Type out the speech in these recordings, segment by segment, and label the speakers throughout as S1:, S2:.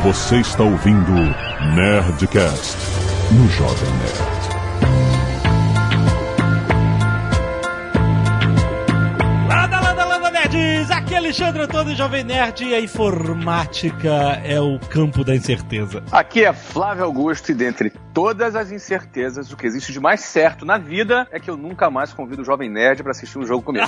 S1: Você está ouvindo Nerdcast no Jovem Nerd.
S2: Landa, nerds! Aqui é Alexandre Antônio, Jovem Nerd, e a informática é o campo da incerteza.
S3: Aqui é Flávio Augusto, e dentre todas as incertezas, o que existe de mais certo na vida é que eu nunca mais convido o Jovem Nerd pra assistir um jogo comigo.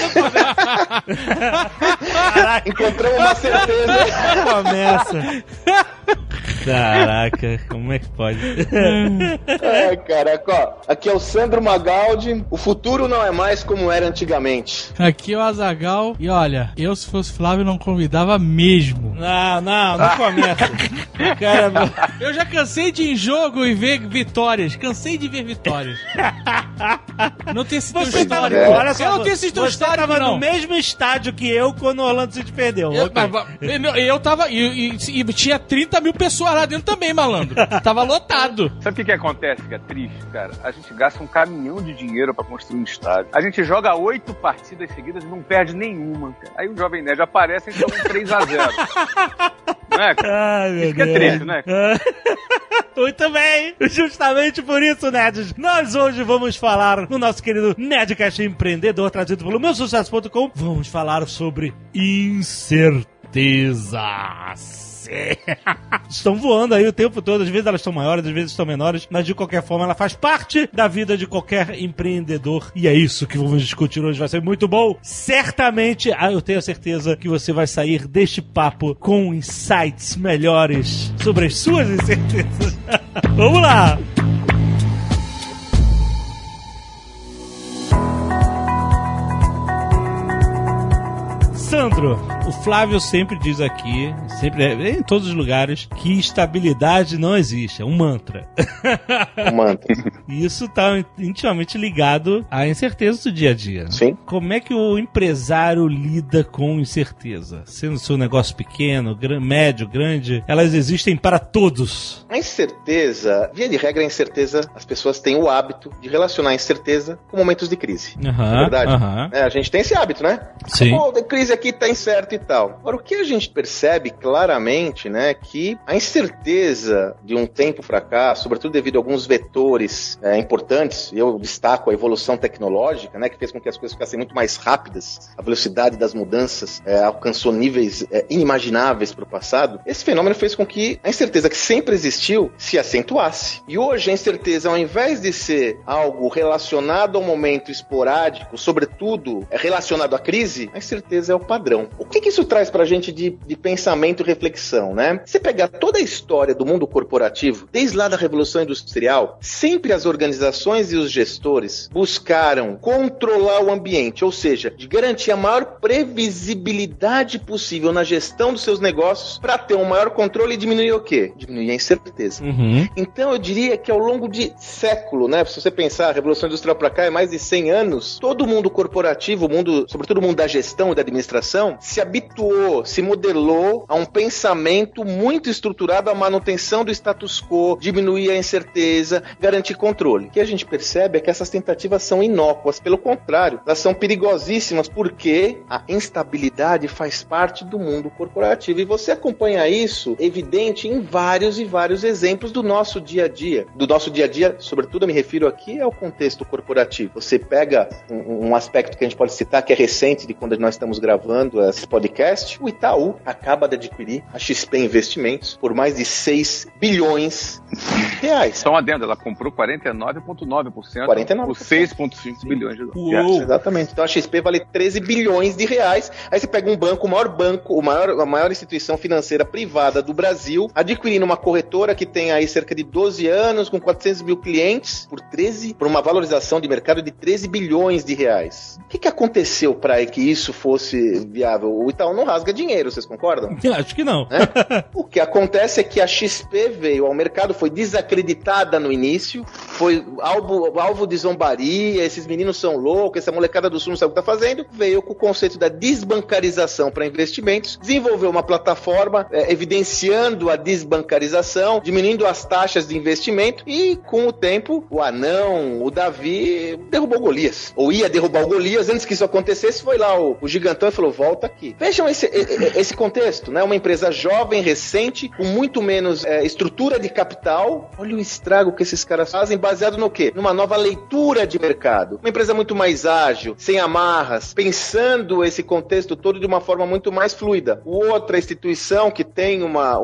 S4: Encontramos uma certeza.
S2: Começa. Caraca, como é que pode?
S4: Ai, caraca, ó. Aqui é o Sandro Magaldi. O futuro não é mais como era antigamente.
S5: Aqui é o Azaghal. E olha, eu se fosse Flávio não convidava mesmo.
S2: Não começa. Caramba.
S5: Eu já cansei de ir em jogo e ver vitórias. Cansei de ver vitórias. Não tem esse teu histórico.
S2: Olha só,
S5: eu não tenho esse teu histórico,
S2: tava
S5: não.
S2: no mesmo estádio que eu quando o Orlando City perdeu.
S5: Eu tava... E tinha 30 mil pessoas lá dentro também, malandro. Tava lotado.
S3: Sabe o que acontece, que é triste, cara? A gente gasta um caminhão de dinheiro pra construir um estádio. A gente joga 8 partidas seguidas e não perde nenhuma, cara. Aí o Jovem Nerd aparece e toma um 3-0. Não é, cara? Isso que é triste, né?
S2: Muito bem! Justamente por isso, nerds, nós hoje vamos falar no nosso querido Nerdcast Empreendedor, trazido pelo meusucesso.com. Vamos falar sobre incertezas. Estão voando aí o tempo todo, às vezes elas estão maiores, às vezes estão menores, mas de qualquer forma ela faz parte da vida de qualquer empreendedor, e é isso que vamos discutir hoje, vai ser muito bom. Certamente, eu tenho certeza que você vai sair deste papo com insights melhores sobre as suas incertezas. Vamos lá! Sandro, o Flávio sempre diz aqui, em todos os lugares, que estabilidade não existe, é um mantra.
S4: Um mantra.
S2: E isso está intimamente ligado à incerteza do dia a dia.
S4: Sim.
S2: Como é que o empresário lida com incerteza? Sendo seu negócio pequeno, médio, grande, elas existem para todos.
S4: A incerteza, via de regra, a incerteza, as pessoas têm o hábito de relacionar a incerteza com momentos de crise. É verdade? A gente tem esse hábito, né?
S2: Sim.
S4: Pô, a crise aqui tá incerto e tal. Agora, o que a gente percebe claramente, né, que a incerteza de um tempo pra cá, sobretudo devido a alguns vetores importantes, eu destaco a evolução tecnológica, né, que fez com que as coisas ficassem muito mais rápidas, a velocidade das mudanças alcançou níveis inimagináveis pro passado. Esse fenômeno fez com que a incerteza que sempre existiu se acentuasse. E hoje a incerteza, ao invés de ser algo relacionado ao momento esporádico, sobretudo relacionado à crise, a incerteza é o padrão. O que isso traz pra gente de pensamento e reflexão, né? Você pegar toda a história do mundo corporativo, desde lá da Revolução Industrial, sempre as organizações e os gestores buscaram controlar o ambiente, ou seja, de garantir a maior previsibilidade possível na gestão dos seus negócios para ter um maior controle e diminuir o quê? Diminuir a incerteza. Então eu diria que ao longo de século, né? Se você pensar, a Revolução Industrial pra cá é mais de 100 anos, todo o mundo corporativo, sobretudo o mundo da gestão e da administração, se habituou, se modelou a um pensamento muito estruturado à manutenção do status quo, diminuir a incerteza, garantir controle. O que a gente percebe é que essas tentativas são inócuas, pelo contrário, elas são perigosíssimas porque a instabilidade faz parte do mundo corporativo e você acompanha isso evidente em vários e vários exemplos do nosso dia a dia. Do nosso dia a dia, sobretudo eu me refiro aqui ao contexto corporativo. Você pega um aspecto que a gente pode citar que é recente de quando nós estamos gravando esse podcast, o Itaú acaba de adquirir a XP Investimentos por mais de 6 bilhões de reais.
S3: Só uma adenda, ela comprou 49,9% por 6,5 bilhões de dólares.
S4: Exatamente. Então a XP vale 13 bilhões de reais. Aí você pega um banco, o maior banco, a maior instituição financeira privada do Brasil, adquirindo uma corretora que tem aí cerca de 12 anos, com 400 mil clientes, por uma valorização de mercado de 13 bilhões de reais. O que aconteceu para que isso fosse viável? O Itaú não rasga dinheiro, vocês concordam?
S2: Acho que não.
S4: O que acontece é que a XP veio ao mercado, foi desacreditada no início, foi alvo de zombaria, esses meninos são loucos, essa molecada do sul não sabe o que está fazendo, veio com o conceito da desbancarização para investimentos, desenvolveu uma plataforma evidenciando a desbancarização, diminuindo as taxas de investimento e, com o tempo, o Anão, o Davi, derrubou Golias. Ou ia derrubar o Golias, antes que isso acontecesse, foi lá o gigantão e falou, volta aqui. Vejam esse contexto, né? Uma empresa jovem, recente, com muito menos estrutura de capital. Olha o estrago que esses caras fazem, baseado no quê? Numa nova leitura de mercado. Uma empresa muito mais ágil, sem amarras, pensando esse contexto todo de uma forma muito mais fluida. Outra instituição que tem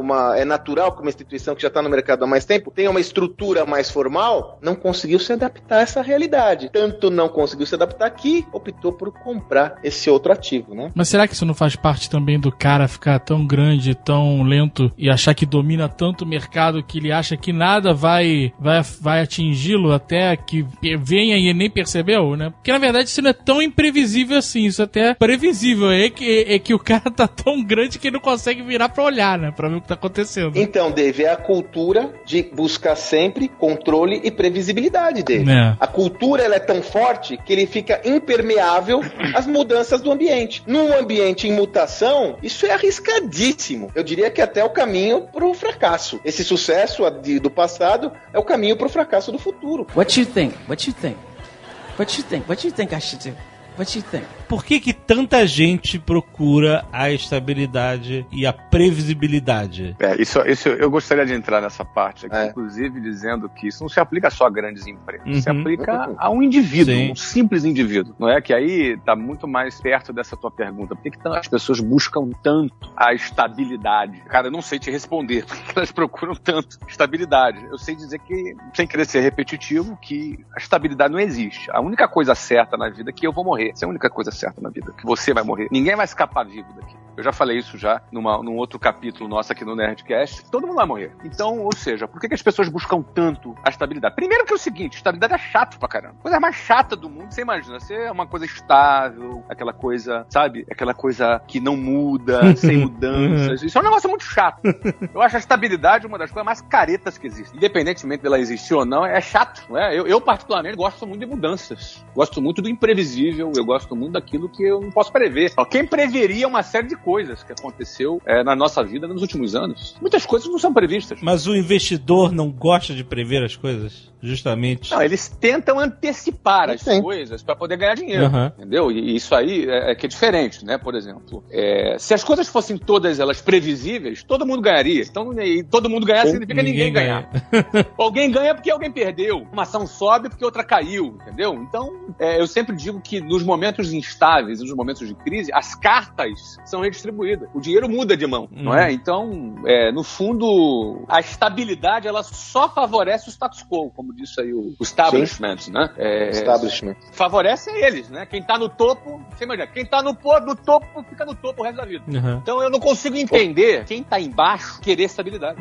S4: é natural que uma instituição que já está no mercado há mais tempo tenha uma estrutura mais formal, não conseguiu se adaptar a essa realidade. Tanto não conseguiu se adaptar que optou por comprar esse outro ativo, né?
S5: Mas será que isso não faz parte também do cara ficar tão grande, tão lento e achar que domina tanto o mercado que ele acha que nada vai atingi-lo até que venha e nem percebeu, né? Porque na verdade isso não é tão imprevisível assim, isso até é previsível. É que o cara tá tão grande que ele não consegue virar pra olhar, né? Pra ver o que tá acontecendo.
S4: Então, Dave, é a cultura de buscar sempre controle e previsibilidade dele. A cultura ela é tão forte que ele fica impermeável às mudanças do ambiente. Num ambiente em mutação, isso é arriscadíssimo. Eu diria que até é o caminho pro fracasso. Esse sucesso do passado é o caminho pro fracasso do futuro.
S6: What you think? What you think? What you think? What you think I should do? What you think?
S2: Por que tanta gente procura a estabilidade e a previsibilidade?
S3: Isso eu gostaria de entrar nessa parte aqui, inclusive dizendo que isso não se aplica só a grandes empresas, se aplica a um indivíduo, um simples indivíduo, não é? Que aí está muito mais perto dessa tua pergunta. Por que as pessoas buscam tanto a estabilidade? Cara, eu não sei te responder por que elas procuram tanto estabilidade. Eu sei dizer que, sem querer ser repetitivo, que a estabilidade não existe. A única coisa certa na vida é que eu vou morrer. Essa é a única coisa certa na vida, que você vai morrer. Ninguém vai escapar vivo daqui. Eu já falei isso já num outro capítulo nosso aqui no Nerdcast. Todo mundo vai morrer. Então, ou seja, por que as pessoas buscam tanto a estabilidade? Primeiro que é o seguinte, estabilidade é chato pra caramba. A coisa mais chata do mundo, você imagina, você é uma coisa estável, aquela coisa, sabe? Aquela coisa que não muda, sem mudanças. Isso é um negócio muito chato. Eu acho a estabilidade uma das coisas mais caretas que existe. Independentemente dela existir ou não, é chato, não é? Eu particularmente, gosto muito de mudanças. Gosto muito do imprevisível, eu gosto muito daquilo que eu não posso prever. Quem preveria uma série de coisas que aconteceu na nossa vida nos últimos anos? Muitas coisas não são previstas.
S2: Mas o investidor não gosta de prever as coisas? Justamente.
S3: Não, eles tentam antecipar as coisas para poder ganhar dinheiro, entendeu? E isso aí que é diferente, né? Por exemplo, se as coisas fossem todas elas previsíveis, todo mundo ganharia. Então, e todo mundo ganhar significa ninguém ganhar. Alguém ganha porque alguém perdeu. Uma ação sobe porque outra caiu, entendeu? Então, eu sempre digo que nos momentos instáveis, nos momentos de crise, as cartas são redistribuídas. O dinheiro muda de mão, não é? Então, no fundo, a estabilidade, ela só favorece o status quo, como disse aí o establishment, né?
S4: Establishment.
S3: Favorece eles, né? Quem tá no topo, você imagina, quem tá no topo, fica no topo o resto da vida. Então, eu não consigo entender quem tá embaixo querer estabilidade.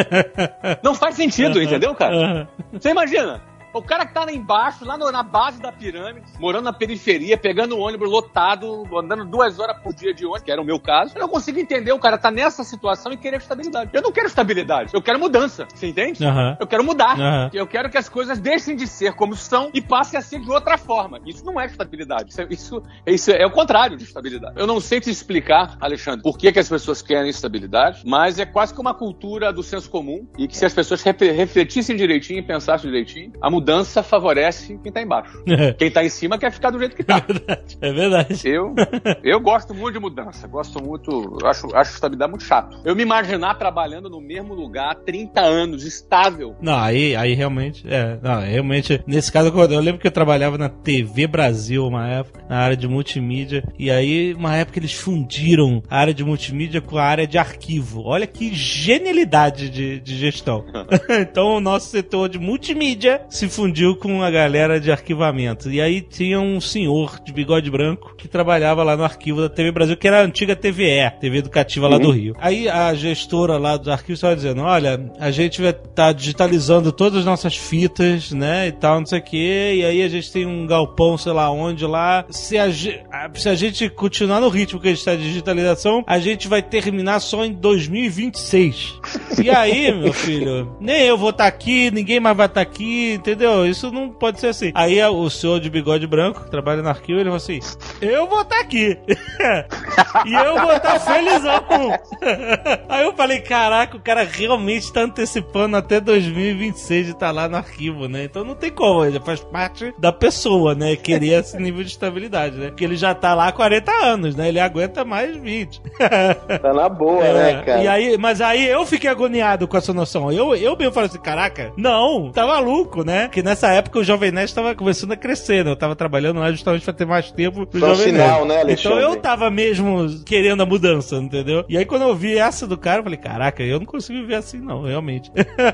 S3: Não faz sentido, entendeu, cara? Você imagina? O cara que tá lá embaixo, lá na base da pirâmide, morando na periferia, pegando um ônibus lotado, andando 2 horas por dia de ônibus, que era o meu caso, eu não consigo entender o cara tá nessa situação e querer estabilidade. Eu não quero estabilidade, eu quero mudança, você entende? Eu quero mudar, eu quero que as coisas deixem de ser como são e passem a ser de outra forma. Isso não é estabilidade, isso é o contrário de estabilidade. Eu não sei te explicar, Alexandre, por que as pessoas querem estabilidade, mas é quase que uma cultura do senso comum e que se as pessoas refletissem direitinho e pensassem direitinho, a mudança favorece quem tá embaixo. Quem tá em cima quer ficar do jeito que tá.
S2: É verdade.
S3: Eu gosto muito de mudança. Gosto muito. Acho estabilidade muito chato. Eu me imaginar trabalhando no mesmo lugar há 30 anos, estável.
S2: Não, aí realmente. Realmente. Nesse caso, eu lembro que eu trabalhava na TV Brasil uma época, na área de multimídia. E aí, uma época, eles fundiram a área de multimídia com a área de arquivo. Olha que genialidade de gestão. Então, o nosso setor de multimídia se fundiu com a galera de arquivamento. E aí tinha um senhor de bigode branco que trabalhava lá no arquivo da TV Brasil, que era a antiga TVE, TV Educativa lá do Rio. Aí a gestora lá dos arquivos estava dizendo, olha, a gente vai estar digitalizando todas as nossas fitas, né, e tal, não sei o quê, e aí a gente tem um galpão, sei lá onde lá. Se a gente continuar no ritmo que a gente está de digitalização, a gente vai terminar só em 2026. E aí, meu filho, nem eu vou estar aqui, ninguém mais vai estar aqui, entendeu? entendeu? Isso não pode ser assim. Aí o senhor de bigode branco, que trabalha no arquivo, ele falou assim, eu vou estar aqui. E eu vou estar felizão. Aí eu falei, caraca, o cara realmente tá antecipando até 2026 de estar lá no arquivo, né? Então não tem como, ele faz parte da pessoa, né? Querer esse nível de estabilidade, né? Porque ele já tá lá há 40 anos, né? Ele aguenta mais 20.
S4: Tá na boa, né, cara?
S2: E aí, mas aí eu fiquei agoniado com essa noção. Eu mesmo falei assim, caraca, não, tá maluco, né? Que nessa época o Jovem Nerd tava começando a crescer, né? Eu tava trabalhando lá justamente pra ter mais tempo pro Jovem Nerd.
S4: Né, Alexandre?
S2: Então eu tava mesmo querendo a mudança, entendeu? E aí quando eu vi essa do cara, eu falei, caraca, eu não consigo viver assim não, realmente.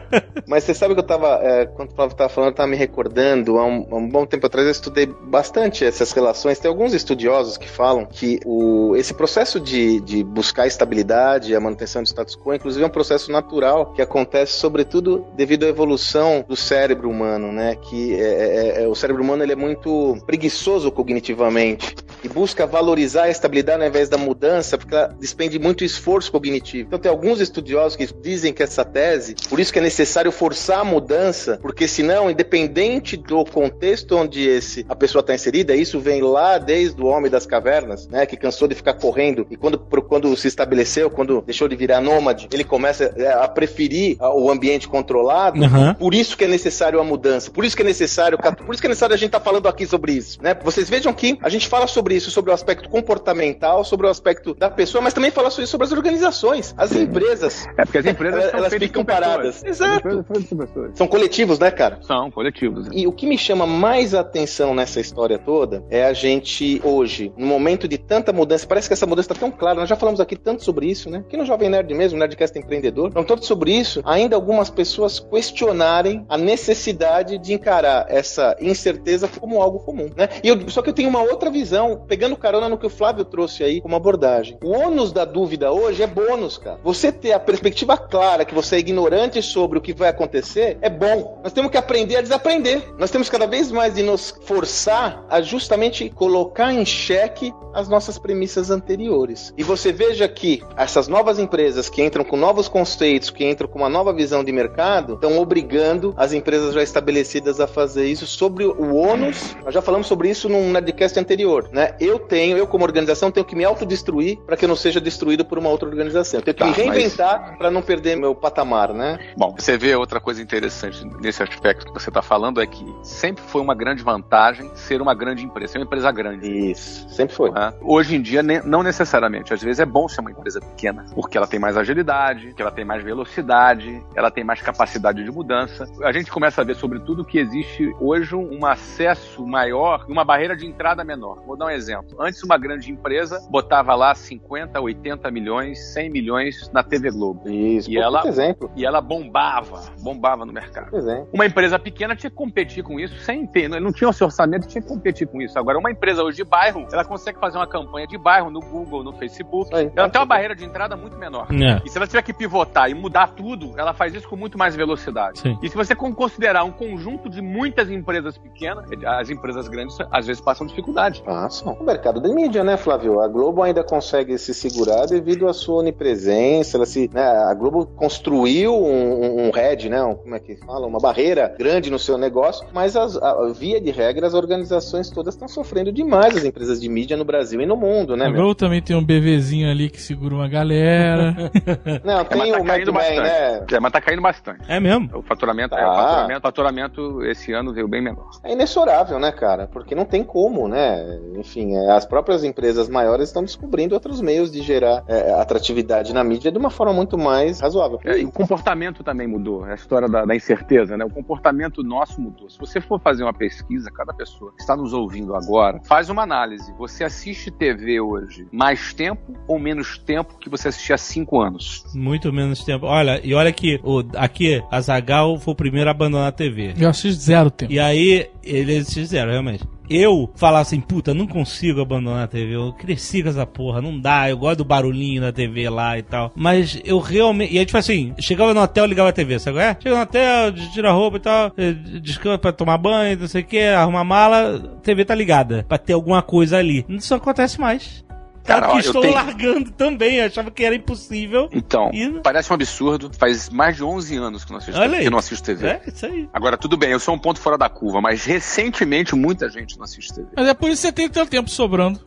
S4: Mas você sabe que eu tava, quando o Flávio tava falando, eu tava me recordando, há um bom tempo atrás eu estudei bastante essas relações. Tem alguns estudiosos que falam que esse processo de buscar a estabilidade, a manutenção do status quo, inclusive é um processo natural que acontece sobretudo devido à evolução do cérebro humano, né? Que o cérebro humano ele é muito preguiçoso cognitivamente e busca valorizar a estabilidade ao invés da mudança, porque ela despende muito esforço cognitivo. Então tem alguns estudiosos que dizem que essa tese, por isso que é necessário forçar a mudança, porque senão, independente do contexto onde a pessoa está inserida, isso vem lá desde o homem das cavernas, né, que cansou de ficar correndo, e quando se estabeleceu, quando deixou de virar nômade, ele começa a preferir o ambiente controlado. Por isso que é necessário a mudança, por isso que é necessário a gente estar falando aqui sobre isso, né? Vocês vejam que a gente fala sobre isso, sobre o aspecto comportamental, sobre o aspecto da pessoa, mas também fala sobre as organizações, as empresas.
S3: Porque as empresas
S4: elas ficam paradas. Exato. São coletivos, né, cara?
S3: São coletivos.
S4: E o que me chama mais a atenção nessa história toda é a gente, hoje, no momento de tanta mudança, parece que essa mudança está tão clara, nós já falamos aqui tanto sobre isso, né? Aqui no Jovem Nerd mesmo, o Nerdcast Empreendedor, então tanto sobre isso, ainda algumas pessoas questionarem a necessidade de encarar essa incerteza como algo comum, né? Só que eu tenho uma outra visão, pegando carona no que o Flávio trouxe aí como abordagem. O ônus da dúvida hoje é bônus, cara. Você ter a perspectiva clara que você é ignorante sobre o que vai acontecer é bom. Nós temos que aprender a desaprender. Nós temos cada vez mais de nos forçar a justamente colocar em xeque as nossas premissas anteriores. E você veja que essas novas empresas que entram com novos conceitos, que entram com uma nova visão de mercado, estão obrigando as empresas já estabelecidas a fazer isso sobre o ônus. Nós já falamos sobre isso num Nerdcast anterior, né? Eu como organização, tenho que me autodestruir para que eu não seja destruído por uma outra organização. Eu tenho que me reinventar para não perder meu patamar, né?
S3: Bom, você vê outra coisa interessante nesse aspecto que você está falando é que sempre foi uma grande vantagem ser uma grande empresa, ser uma empresa grande.
S4: Isso, sempre foi.
S3: Hoje em dia, não necessariamente. Às vezes é bom ser uma empresa pequena, porque ela tem mais agilidade, porque ela tem mais velocidade, ela tem mais capacidade de mudança. A gente começa a ver, sobretudo, que existe hoje um acesso maior e uma barreira de entrada menor. Vou dar um exemplo. Antes, uma grande empresa botava lá 50, 80 milhões, 100 milhões na TV Globo.
S4: Isso,
S3: exemplo. E ela bombava no mercado. Uma empresa pequena tinha que competir com isso sem ter, não tinha o seu orçamento, tinha que competir com isso. Agora, uma empresa hoje de bairro, ela consegue fazer uma campanha de bairro no Google, no Facebook, ela tem uma barreira de entrada muito menor. E se ela tiver que pivotar e mudar tudo, ela faz isso com muito mais velocidade. Sim. E se você considerar um conjunto de muitas empresas pequenas, as empresas grandes às vezes passam dificuldade.
S4: Passam. O mercado da mídia, né, Flávio? A Globo ainda consegue se segurar devido à sua onipresença. A Globo construiu um head, né? Como é que fala? Uma barreira grande no seu negócio, mas via de regra as organizações todas estão sofrendo demais, as empresas de mídia no Brasil e no mundo, né?
S5: A Globo também tem um BVzinho ali que segura uma galera.
S4: Não, tem o Mad Men, né?
S3: Mas tá caindo bastante.
S2: É mesmo?
S3: O faturamento esse ano veio bem menor.
S4: É inexorável, né, cara? Porque não tem como, né? Enfim, as próprias empresas maiores estão descobrindo outros meios de gerar atratividade na mídia de uma forma muito mais razoável.
S3: E o comportamento também mudou. A história da incerteza, né? O comportamento nosso mudou. Se você for fazer uma pesquisa, cada pessoa que está nos ouvindo agora, faz uma análise. Você assiste TV hoje mais tempo ou menos tempo que você assistia há 5 anos?
S2: Muito menos tempo. Olha que aqui, Azaghal foi o primeiro a abandonar a TV.
S5: Eu assisto 0 tempo.
S2: E aí, eles fizeram, realmente. Eu falar assim, puta, não consigo abandonar a TV, eu cresci com essa porra, não dá, eu gosto do barulhinho da TV lá e tal. Mas eu realmente... E aí, tipo assim, chegava no hotel, ligava a TV, sabe qual é? Chega no hotel, tira a roupa e tal, descansa pra tomar banho, não sei o que, arruma a mala, a TV tá ligada, pra ter alguma coisa ali. Isso não acontece mais.
S3: Cara, ó,
S2: estou largando também. Eu achava que era impossível.
S3: Então,
S2: E-
S3: parece um absurdo. Faz mais de 11 anos que eu não assisto,
S2: Olha aí.
S3: que eu não assisto TV.
S2: É, isso aí.
S3: Agora, tudo bem, eu sou um ponto fora da curva, mas recentemente muita gente não assiste TV.
S5: Mas é por isso que você tem tanto tempo sobrando.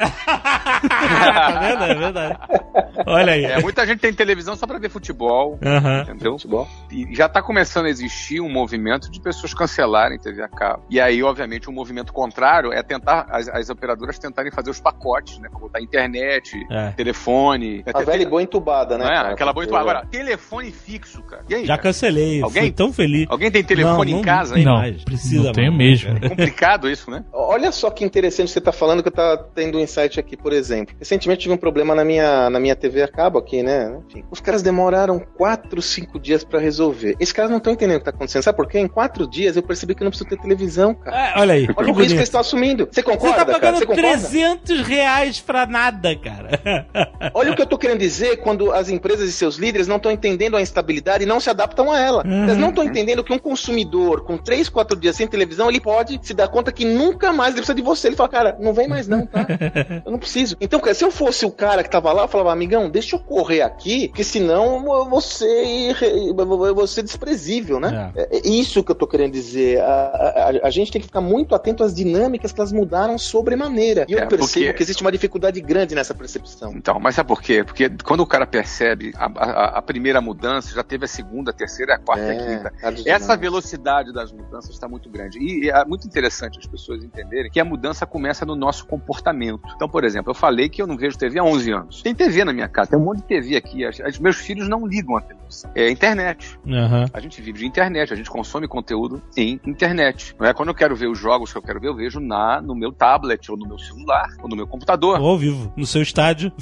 S2: Tá vendo? É verdade. Olha aí.
S3: Muita gente tem televisão só pra ver futebol,
S2: Aham.
S3: entendeu? E já tá começando a existir um movimento de pessoas cancelarem TV a cabo. E aí, obviamente, um movimento contrário é tentar, as operadoras tentarem fazer os pacotes, né? Botar internet, telefone.
S4: A velha e boa entubada, né?
S3: Não é?
S4: cara?
S3: Aquela boa entubada. Agora, telefone fixo, cara. E aí,
S2: Já
S3: cara?
S2: cancelei.
S3: Alguém?
S2: Fui tão feliz.
S3: Alguém tem telefone em casa, hein?
S5: Não,
S2: mais. Precisa
S5: não tenho
S2: mais,
S5: mesmo.
S2: cara.
S3: É complicado isso, né?
S4: Olha só que interessante você tá falando, que eu tá tendo um insight aqui, por exemplo. Recentemente tive um problema na minha TV a cabo aqui, né? Enfim, os caras demoraram 4, 5 dias pra resolver. Esses caras não estão entendendo o que tá acontecendo. Sabe por quê? Em 4 dias eu percebi que eu não preciso ter televisão, cara.
S2: Olha aí.
S4: Olha
S2: que
S4: o risco que
S2: bonito.
S4: eles estão assumindo. Você
S2: Você
S4: concorda,
S2: tá
S4: cara?
S2: pagando
S4: Você concorda?
S2: R$300 pra nada, cara.
S4: Olha o que eu tô querendo dizer quando as empresas e seus líderes não estão entendendo a instabilidade e não se adaptam a ela. Eles não estão entendendo que um consumidor com 3, 4 dias sem televisão, ele pode se dar conta que nunca mais ele precisa de você. Ele fala, cara, não vem mais não, tá? Eu não preciso. Então, cara, se eu fosse o cara que tava lá, eu falava, amigão, deixa eu correr aqui, porque senão você é desprezível, né? É isso que eu tô querendo dizer. A gente tem que ficar muito atento às dinâmicas que elas mudaram sobremaneira. E eu percebo que existe uma dificuldade grande nessa percepção.
S3: Então, mas sabe por quê? Porque quando o cara percebe a primeira mudança, já teve a segunda, a terceira, a quarta e a quinta. Essa velocidade das mudanças está muito grande. E é muito interessante as pessoas entenderem que a mudança começa no nosso comportamento. Então, por exemplo, eu falei que eu não vejo TV há 11 anos. Tem TV na minha casa, tem um monte de TV aqui. Meus filhos não ligam a televisão. É internet. A gente vive de internet, a gente consome conteúdo em internet. Não é? Quando eu quero ver os jogos que eu quero ver, eu vejo no meu tablet, ou no meu celular, ou no meu computador.
S2: Ou ao vivo, no seu estádio.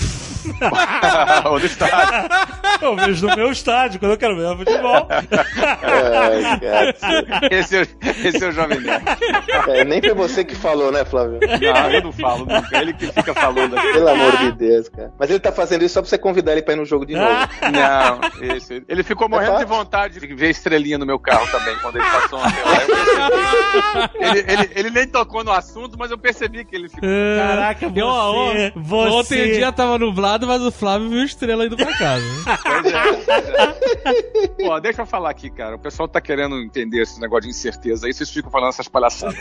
S3: Ou no estádio.
S2: Eu vejo no meu estádio, quando eu quero ver futebol.
S3: Esse é o Jovem Nerd.
S4: Nem foi você que falou, né, Flávio?
S3: Não, eu não falo nunca. Ele que fica falando aqui.
S4: Pelo amor de Deus, cara. Mas ele tá fazendo isso só pra você convidar ele pra ir no jogo de novo.
S3: Não, ele ficou morrendo de vontade de ver estrelinha no meu carro também, quando ele passou ontem lá. Eu percebi. Ele nem tocou no assunto, mas eu percebi que ele ficou.
S2: Caraca, você...
S5: Ontem o dia tava nublado, mas o Flávio viu estrela indo pra casa.
S3: Pois é. Pô, deixa eu falar aqui, cara. O pessoal tá querendo entender esse negócio de incerteza aí, vocês ficam falando essas palhaçadas.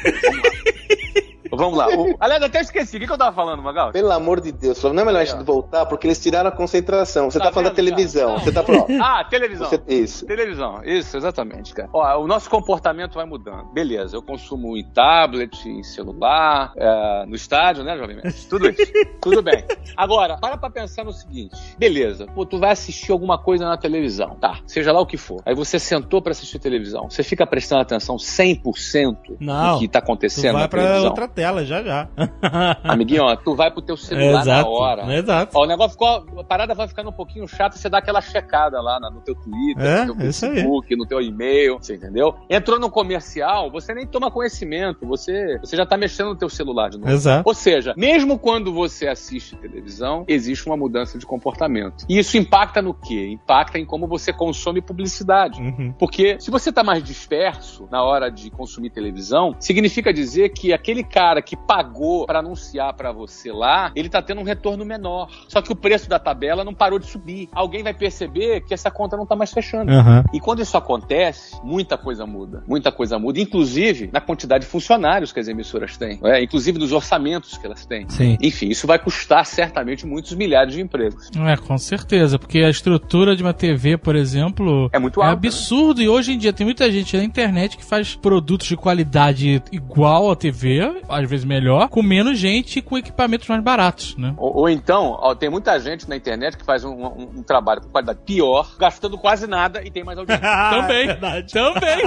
S3: Vamos lá. Aliás, até esqueci. O que eu tava falando, Magal?
S4: Pelo amor de Deus, Flávio, não é melhor a gente voltar porque eles tiraram a concentração. Você tá falando da televisão. Você tá falando.
S3: Televisão.
S4: Isso.
S3: Televisão. Isso, exatamente, cara. Ó, o nosso comportamento vai mudando. Beleza, eu consumo em tablet, em celular, no estádio, né, Jovem Mestre? Tudo isso. Tudo bem. Agora, pra pensar no seguinte. Beleza, pô, tu vai assistir alguma coisa na televisão. Tá, seja lá o que for. Aí você sentou pra assistir televisão. Você fica prestando atenção 100% no que tá acontecendo na televisão.
S2: Outra tela, já.
S3: Amiguinho, ó, tu vai pro teu celular na hora.
S2: Exato.
S3: Ó, o negócio a parada vai ficando um pouquinho chata, você dá aquela checada lá no teu Twitter, no teu Facebook, no teu e-mail, você entendeu? Entrou no comercial, você nem toma conhecimento, você já tá mexendo no teu celular de novo.
S2: Exato.
S3: Ou seja, mesmo quando você assiste televisão, existe uma mudança de comportamento. E isso impacta no quê? Impacta em como você consome publicidade. Porque se você tá mais disperso na hora de consumir televisão, significa dizer que aquele cara que pagou pra anunciar pra você lá, ele tá tendo um retorno menor. Só que o preço da tabela não parou de subir. Alguém vai perceber que essa conta não tá mais fechando. E quando isso acontece, muita coisa muda. Muita coisa muda. Inclusive na quantidade de funcionários que as emissoras têm. Inclusive nos orçamentos que elas têm.
S2: Sim.
S3: Enfim, isso vai custar certamente muitos milhares de empregos.
S5: Com certeza. Porque a estrutura de uma TV, por exemplo,
S3: é muito alta,
S5: absurdo. Né? E hoje em dia tem muita gente na internet que faz produtos de qualidade igual à TV, às vezes melhor, com menos gente e com equipamentos mais baratos, né?
S3: Ou então, tem muita gente na internet que faz um trabalho com qualidade pior, gastando quase nada e tem mais audiência.
S5: Também.
S2: Verdade.
S5: Também.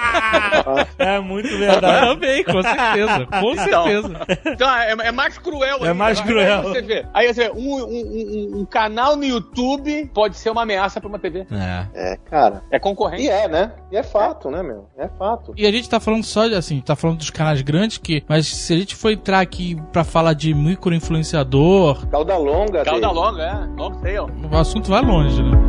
S2: É muito verdade.
S5: Também, com certeza. Com certeza.
S3: Então, é mais cruel.
S2: É mais cruel.
S3: Aí você vê, um canal no YouTube pode ser uma ameaça pra uma TV.
S4: Cara.
S3: É concorrente.
S4: E né? E é fato, né, meu? É fato.
S5: E a gente tá falando só de, assim, tá falando dos canais grandes mas se a gente for entrar aqui pra falar de micro-influenciador...
S4: Cauda longa.
S3: Cauda longa, long tail.
S5: O assunto vai longe, né?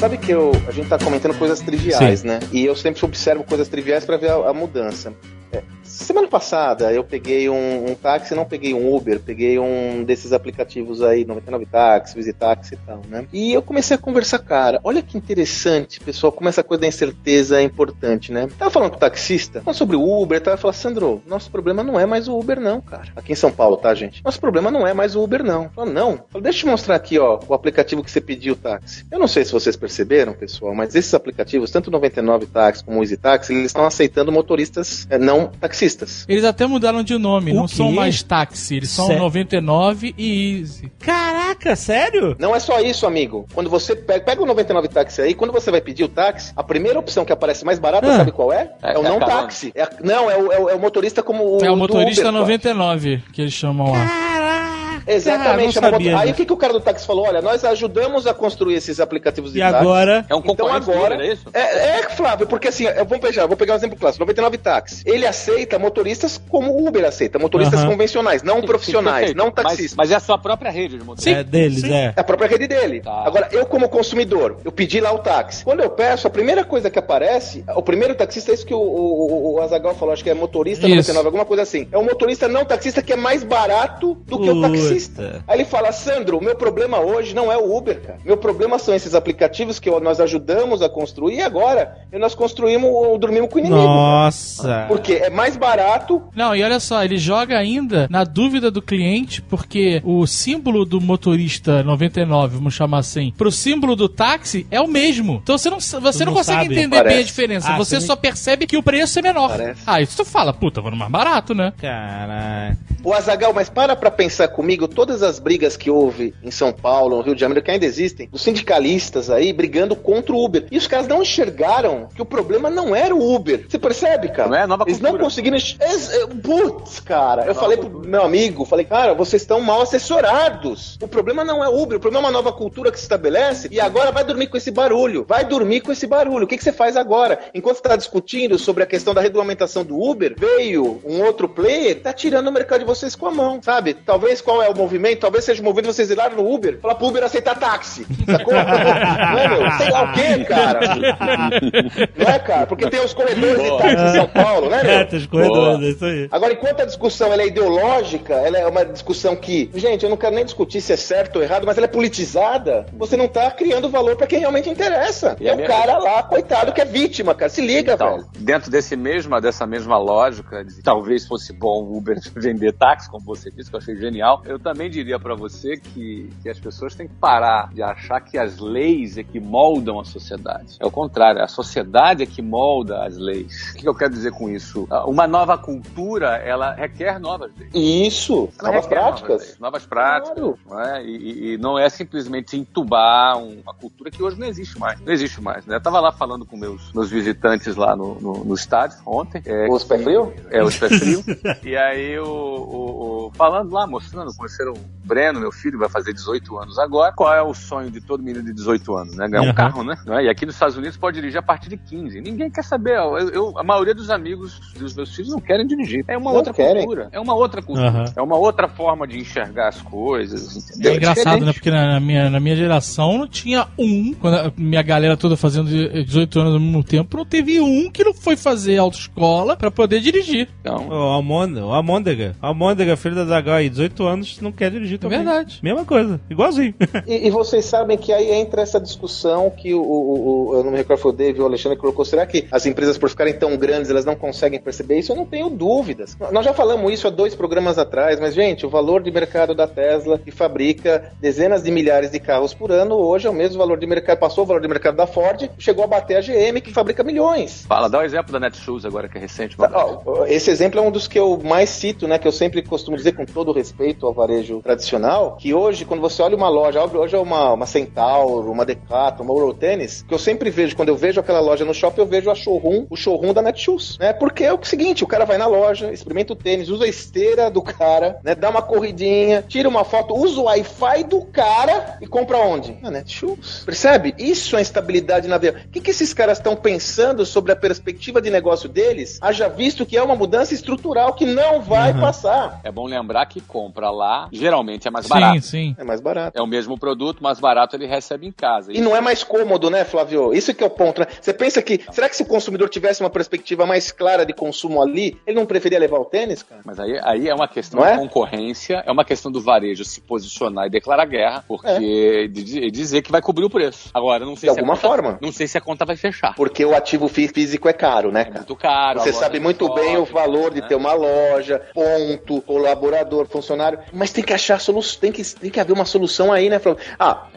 S4: sabe que a gente tá comentando coisas triviais, né? E eu sempre observo coisas triviais pra ver a mudança. Semana passada eu peguei um táxi, não peguei um Uber, peguei um desses aplicativos aí, 99 Táxi, Visitaxi e tal, né? E eu comecei a conversar, cara, olha que interessante, pessoal, como essa coisa da incerteza é importante, né? Tava falando com o taxista, falando sobre o Uber, tava falando, Sandro, nosso problema não é mais o Uber não, cara. Aqui em São Paulo, tá, gente? Nosso problema não é mais o Uber não. Falei, não. Falei, deixa eu te mostrar aqui, ó, o aplicativo que você pediu o táxi. Eu não sei se vocês perceberam, pessoal, mas esses aplicativos, tanto o 99 Táxi como o Visitaxi, eles estão aceitando motoristas não taxistas.
S5: Eles até mudaram de nome, não são mais táxi, eles são 99 e Easy.
S2: Caraca, sério?
S4: Não é só isso, amigo. Quando você pega o 99 táxi aí, quando você vai pedir o táxi, a primeira opção que aparece mais barata, sabe qual é? É o não táxi. É o motorista como o
S5: É o motorista
S4: Uber,
S5: 99, que eles chamam lá.
S4: Exatamente.
S2: Sabia,
S4: aí o que o cara do táxi falou? Olha, nós ajudamos a construir esses aplicativos de
S2: e
S4: táxi.
S2: Agora?
S3: É um concorrente
S4: então agora,
S3: Uber, é isso?
S4: Flávio, porque assim, vou pegar um exemplo clássico, 99 táxi. Ele aceita motoristas como o Uber aceita, motoristas convencionais, não profissionais, não taxistas.
S3: Mas é a sua própria rede de motoristas.
S2: É deles,
S4: É a própria rede dele.
S3: Tá.
S4: Agora, eu como consumidor, eu pedi lá o táxi. Quando eu peço, a primeira coisa que aparece, o primeiro taxista é isso que o Azaghal falou, acho que é motorista 99, alguma coisa assim. É o motorista não taxista que é mais barato do que o taxista. Aí ele fala, Sandro, o meu problema hoje não é o Uber, cara. Meu problema são esses aplicativos que nós ajudamos a construir e agora nós dormimos com o inimigo.
S2: Nossa.
S4: Cara. Porque é mais barato.
S5: Não, e olha só, ele joga ainda na dúvida do cliente, porque o símbolo do motorista 99, vamos chamar assim, pro símbolo do táxi é o mesmo. Então você não consegue entender bem a diferença. Você só percebe que o preço é menor. Isso tu fala, puta, vou no mais barato, né?
S2: Caralho.
S4: O Azaghal, mas para pensar comigo, todas as brigas que houve em São Paulo, no Rio de Janeiro, que ainda existem, os sindicalistas aí brigando contra o Uber. E os caras não enxergaram que o problema não era o Uber. Você percebe, cara?
S3: Não é a nova
S4: Eles
S3: cultura.
S4: não conseguiram... Putz, cara. Eu falei pro meu amigo, cara, vocês estão mal assessorados. O problema não é o Uber, o problema é uma nova cultura que se estabelece e agora vai dormir com esse barulho. Vai dormir com esse barulho. O que você faz agora? Enquanto você está discutindo sobre a questão da regulamentação do Uber, veio um outro player que tá tirando o mercado de vocês com a mão, sabe? Talvez qual é o movimento? Talvez seja o movimento de vocês ir lá no Uber, falar pro Uber aceitar táxi. Sacou? Não é, meu? Sei lá o quê, cara. Não é, cara? Porque tem os corredores de táxi em São Paulo, né, meu?
S2: Tem os corredores, é isso aí.
S4: Agora, enquanto a discussão ela é ideológica, ela é uma discussão que, gente, eu não quero nem discutir se é certo ou errado, mas ela é politizada, você não tá criando valor pra quem realmente interessa. E é o cara lá, coitado, que é vítima, cara. Se liga,
S3: então,
S4: velho.
S3: Dentro dessa mesma lógica, de talvez fosse bom o Uber vender táxi, como você disse, que eu achei genial, eu também diria pra você que as pessoas têm que parar de achar que as leis é que moldam a sociedade. É o contrário, a sociedade é que molda as leis. O que eu quero dizer com isso? Uma nova cultura, ela requer novas leis.
S4: Isso, novas práticas.
S3: Novas práticas. Claro. Não é? E não é simplesmente entubar uma cultura que hoje não existe mais. Não existe mais, né? Eu tava lá falando com meus visitantes lá no estádio ontem.
S4: Os pé frio?
S3: Os pé frio. E aí, falando lá, mostrando, conheceram o Breno, meu filho, vai fazer 18 anos agora. Qual é o sonho de todo menino de 18 anos, né? Ganhar um carro, né? E aqui nos Estados Unidos pode dirigir a partir de 15. Ninguém quer saber. A maioria dos amigos dos meus filhos não querem dirigir. É uma outra cultura. É uma outra cultura. É uma outra forma de enxergar as coisas, entendeu?
S5: É engraçado, né? Porque na minha geração não tinha quando a minha galera toda fazendo 18 anos ao mesmo tempo, não teve que não foi fazer autoescola pra poder dirigir.
S3: Então,
S2: O Almôndega, filho da Zaghal aí, 18 anos, não quer dirigir também.
S5: É verdade.
S2: Mesma coisa, igualzinho.
S4: E vocês sabem que aí entra essa discussão que eu não me recordo, foi o Dave ou o Alexandre que colocou, será que as empresas, por ficarem tão grandes, elas não conseguem perceber isso? Eu não tenho dúvidas. Nós já falamos isso há 2 programas atrás, mas, gente, o valor de mercado da Tesla, que fabrica dezenas de milhares de carros por ano, hoje é o mesmo valor de mercado, passou o valor de mercado da Ford, chegou a bater a GM, que fabrica milhões.
S3: dá o exemplo da Netshoes agora, que é recente.
S4: Esse exemplo é um dos que eu mais cito, né, que eu sempre costumo dizer com todo respeito ao varejo tradicional, que hoje, quando você olha uma loja, hoje é uma Centauro, uma Decathlon, uma Eurotênis, que eu sempre vejo, quando eu vejo aquela loja no shopping, eu vejo o showroom da Netshoes, né, porque é o seguinte, o cara vai na loja, experimenta o tênis, usa a esteira do cara, né, dá uma corridinha, tira uma foto, usa o Wi-Fi do cara e compra onde? Na Netshoes. Percebe? Isso é instabilidade na vida. O que esses caras estão pensando sobre a perspectiva de negócio deles? Haja visto que é uma mudança estrutural que não vai passar lá...
S3: É bom lembrar que compra lá, geralmente é mais barato.
S5: Sim.
S4: É mais barato.
S3: É o mesmo produto, mais barato ele recebe em casa.
S4: E não é mais cômodo, né, Flávio? Isso que é o ponto, né? Você pensa que... Será que se o consumidor tivesse uma perspectiva mais clara de consumo ali, ele não preferia levar o tênis, cara?
S3: Mas aí é uma questão de concorrência, é uma questão do varejo se posicionar e declarar guerra, porque dizer que vai cobrir o preço. Agora, não sei
S4: de alguma forma.
S3: Não sei se a conta vai fechar.
S4: Porque o ativo físico é caro, né, cara?
S3: É muito caro.
S4: Você sabe muito bem o valor de ter uma loja, ponto, colaborador, funcionário, mas tem que achar solução, tem que haver uma solução aí, né, Flávio?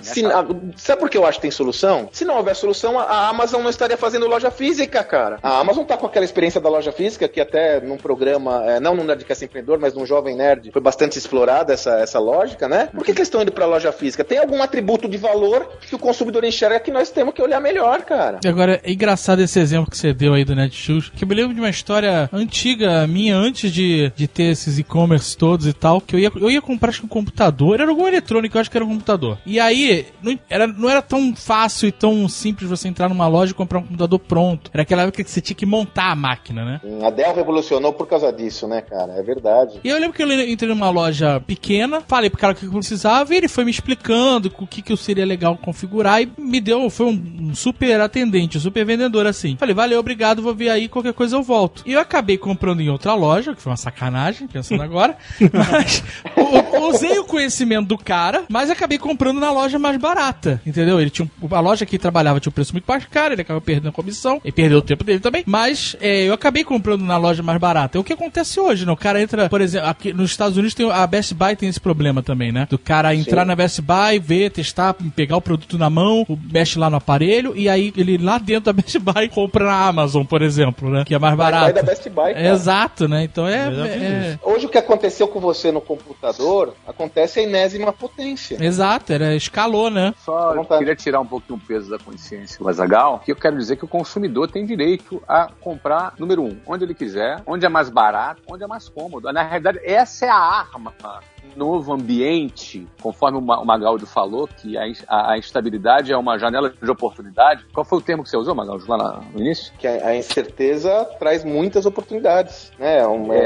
S4: Sabe por que eu acho que tem solução? Se não houver solução, a Amazon não estaria fazendo loja física, cara. A Amazon tá com aquela experiência da loja física, que até num programa, não no Nerdcast Empreendedor, mas num Jovem Nerd, foi bastante explorada essa lógica, né? Por que eles estão indo pra loja física? Tem algum atributo de valor que o consumidor enxerga que nós temos que olhar melhor, cara.
S5: E agora, é engraçado esse exemplo que você deu aí do Netshoes, que eu me lembro de uma história antiga minha, antes de ter esses e-commerce todos e tal, que eu ia comprar, acho que um computador, era algum eletrônico, eu acho que era um computador. E aí, não era tão fácil e tão simples você entrar numa loja e comprar um computador pronto. Era aquela época que você tinha que montar a máquina, né?
S4: A Dell revolucionou por causa disso, né, cara? É verdade.
S5: E eu lembro que eu entrei numa loja pequena, falei pro cara o que eu precisava e ele foi me explicando o que seria legal configurar e me deu, foi um super atendente, um super vendedor assim. Falei, valeu, obrigado, vou ver aí, qualquer coisa eu volto. E eu acabei comprando em outra loja, que foi uma sacanagem, pensando agora, mas usei o conhecimento do cara, mas acabei comprando na loja mais barata, entendeu? Ele tinha a loja que trabalhava tinha um preço muito mais caro, ele acabou perdendo a comissão, ele perdeu o tempo dele também, mas eu acabei comprando na loja mais barata. É o que acontece hoje, né? O cara entra, por exemplo, aqui nos Estados Unidos a Best Buy tem esse problema também, né? Do cara entrar na Best Buy, ver, testar, pegar o produto na mão, mexe lá no aparelho e aí ele lá dentro da Best Buy compra na Amazon, por exemplo, né? Que é mais barato.
S4: Da Best Buy, cara.
S5: Exato, né? Então
S4: Hoje o que aconteceu com você no computador acontece a enésima potência.
S5: Exato, escalou, né?
S3: Só queria tirar um pouquinho o peso da consciência do Azaghal, que eu quero dizer que o consumidor tem direito a comprar, número 1, onde ele quiser, onde é mais barato, onde é mais cômodo. Na realidade, essa é a arma. Novo ambiente, conforme o Magaldi falou, que a instabilidade é uma janela de oportunidade. Qual foi o termo que você usou, Magaldi, lá no início?
S4: Que a incerteza traz muitas oportunidades, né?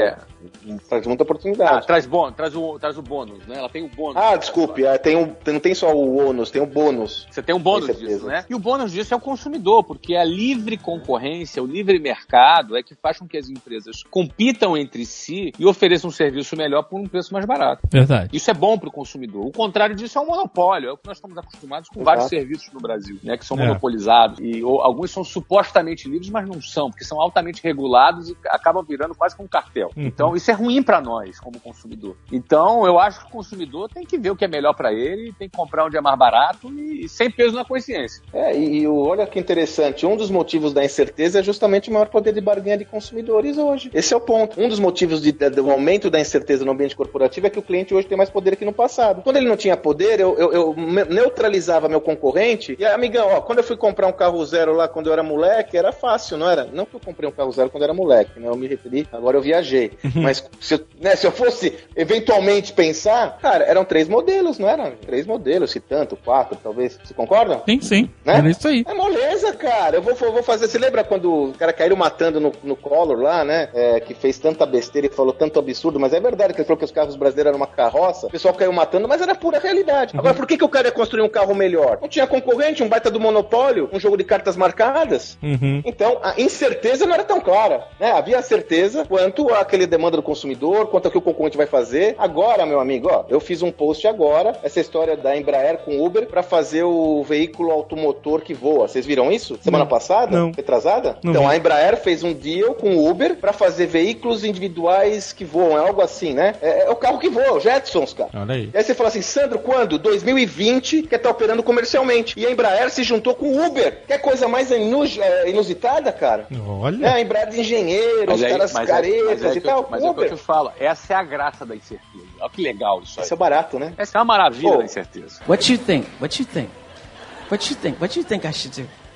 S4: Traz muita oportunidade.
S3: Traz o bônus, né? Ela tem o bônus.
S4: Desculpe, não tem só o ônus, tem o bônus.
S3: Você tem um bônus disso, né? E o bônus disso é o consumidor, porque a livre concorrência, o livre mercado é que faz com que as empresas compitam entre si e ofereçam um serviço melhor por um preço mais barato.
S5: Verdade.
S3: Isso é bom para o consumidor. O contrário disso é um monopólio. É o que nós estamos acostumados com vários serviços no Brasil, né? Que são monopolizados. E alguns são supostamente livres, mas não são, porque são altamente regulados e acabam virando quase como um cartel. Então, isso é ruim para nós, como consumidor. Então, eu acho que o consumidor tem que ver o que é melhor para ele, tem que comprar onde é mais barato e sem peso na consciência.
S4: Olha que interessante, um dos motivos da incerteza é justamente o maior poder de barganha de consumidores hoje. Esse é o ponto. Um dos motivos do aumento da incerteza no ambiente corporativo é que o cliente hoje tem mais poder que no passado. Quando ele não tinha poder, eu neutralizava meu concorrente e, amigão, quando eu fui comprar um carro zero lá quando eu era moleque, era fácil, não era? Não que eu comprei um carro zero quando eu era moleque, né? Eu me referi, agora eu viajei. Mas se eu fosse eventualmente pensar, cara, eram 3 modelos, não eram? 3 modelos, se tanto, 4, talvez. Você concorda?
S5: Sim.
S4: Né?
S5: Era isso aí.
S4: É moleza, cara. Eu vou fazer. Você lembra quando o cara caiu matando no Collor lá, né? Que fez tanta besteira e falou tanto absurdo, mas é verdade que ele falou que os carros brasileiros eram uma carroça. O pessoal caiu matando, mas era pura realidade. Agora, por que o cara ia construir um carro melhor? Não tinha concorrente, um baita do monopólio, um jogo de cartas marcadas. Então, a incerteza não era tão clara, né? Havia a certeza quanto àquele demanda do consumidor, quanto ao que o concorrente vai fazer. Agora, meu amigo, eu fiz um post agora, essa história da Embraer com Uber para fazer o veículo automotor que voa. Vocês viram isso? Semana passada?
S2: Não.
S4: Retrasada?
S2: Não
S4: então,
S2: vi.
S4: A Embraer fez um deal com o Uber para fazer veículos individuais que voam. É algo assim, né? É o carro que voa, o Jetsons, cara.
S5: Olha aí.
S4: E aí você fala assim, Sandro, quando? 2020, quer estar operando comercialmente. E a Embraer se juntou com o Uber. Que coisa mais inusitada, cara.
S2: Olha.
S4: A Embraer de engenheiros, os caras caretas e tal.
S3: Mas é o que eu te falo, essa é a graça da incerteza. Olha que legal isso aí.
S4: Isso é barato, né?
S3: Essa é uma maravilha da incerteza.
S6: What you think? What you think? What you think? What you think I should do?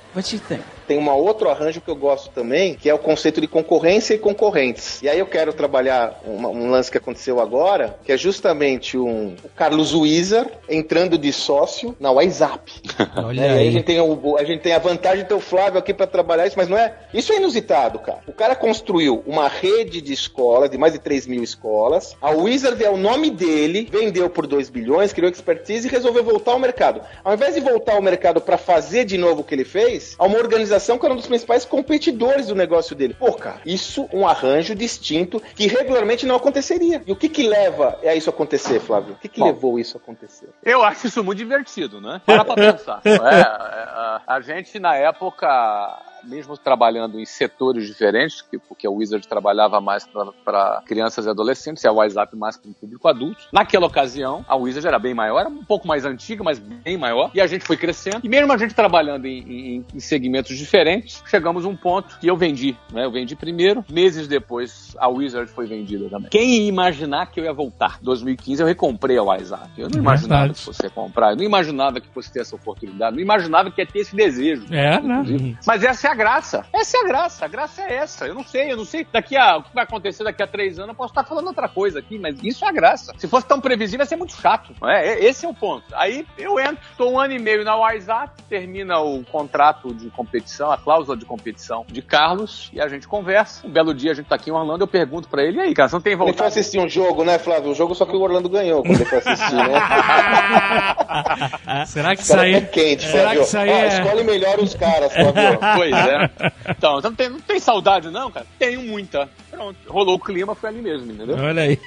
S6: What you think?
S4: Tem um outro arranjo que eu gosto também, que é o conceito de concorrência e concorrentes. E aí eu quero trabalhar um lance que aconteceu agora, que é justamente o Carlos Wizard entrando de sócio na WhatsApp.
S2: Olha
S4: Aí
S2: aí.
S4: a gente tem a vantagem de ter o Flávio aqui para trabalhar isso, mas não é... Isso é inusitado, cara. O cara construiu uma rede de escolas, de mais de 3 mil escolas. A Wizard é o nome dele, vendeu por 2 bilhões, criou expertise e resolveu voltar ao mercado. Ao invés de voltar ao mercado para fazer de novo o que ele fez, há uma organização que era um dos principais competidores do negócio dele. Pô, cara, isso um arranjo distinto que regularmente não aconteceria. E o que leva a isso acontecer, Flávio? O que levou isso a acontecer?
S3: Eu acho isso muito divertido, né? Para pra pensar. A gente, na época, mesmo trabalhando em setores diferentes, porque a Wizard trabalhava mais para crianças e adolescentes e a WhatsApp mais para o público adulto. Naquela ocasião, a Wizard era bem maior, era um pouco mais antiga, mas bem maior, e a gente foi crescendo. E mesmo a gente trabalhando em segmentos diferentes, chegamos a um ponto que eu vendi, né? Eu vendi primeiro, meses depois a Wizard foi vendida também. Quem ia imaginar que eu ia voltar? Em 2015 eu recomprei a WhatsApp. Eu não imaginava que fosse comprar, eu não imaginava que fosse ter essa oportunidade, não imaginava que ia ter esse desejo.
S5: Né?
S3: Mas essa é a graça. Essa é a graça. A graça é essa. Eu não sei. O que vai acontecer daqui a 3 anos, eu posso estar falando outra coisa aqui, mas isso é a graça. Se fosse tão previsível, ia ser muito chato. Não é? Esse é o ponto. Aí eu entro, estou 1 ano e meio na WhatsApp, termina o contrato de competição, a cláusula de competição de Carlos, e a gente conversa. Um belo dia a gente tá aqui em Orlando, eu pergunto pra ele, e aí, cara, você não tem vontade?
S4: Ele foi assistir um jogo, né, Flávio? O jogo só que o Orlando ganhou quando ele foi assistir, né?
S5: Será que isso aí...
S4: É quente,
S5: será
S4: Flávio.
S5: que isso aí é...
S4: Escolhe melhor os caras, Flávio.
S3: Pois é. Então, não tem saudade não, cara? Tenho muita. Pronto, rolou o clima, foi ali mesmo, entendeu?
S2: Olha aí.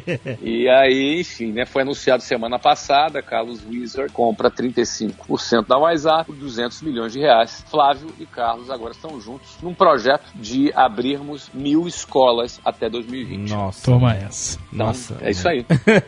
S3: E aí, enfim, né, foi anunciado semana passada, Carlos Wizard compra 35% da WhatsApp por 200 milhões de reais. Flávio e Carlos agora estão juntos num projeto de abrirmos 1.000 escolas até 2020.
S2: Nossa.
S5: Toma essa.
S3: Então,
S2: Nossa.
S3: é isso aí.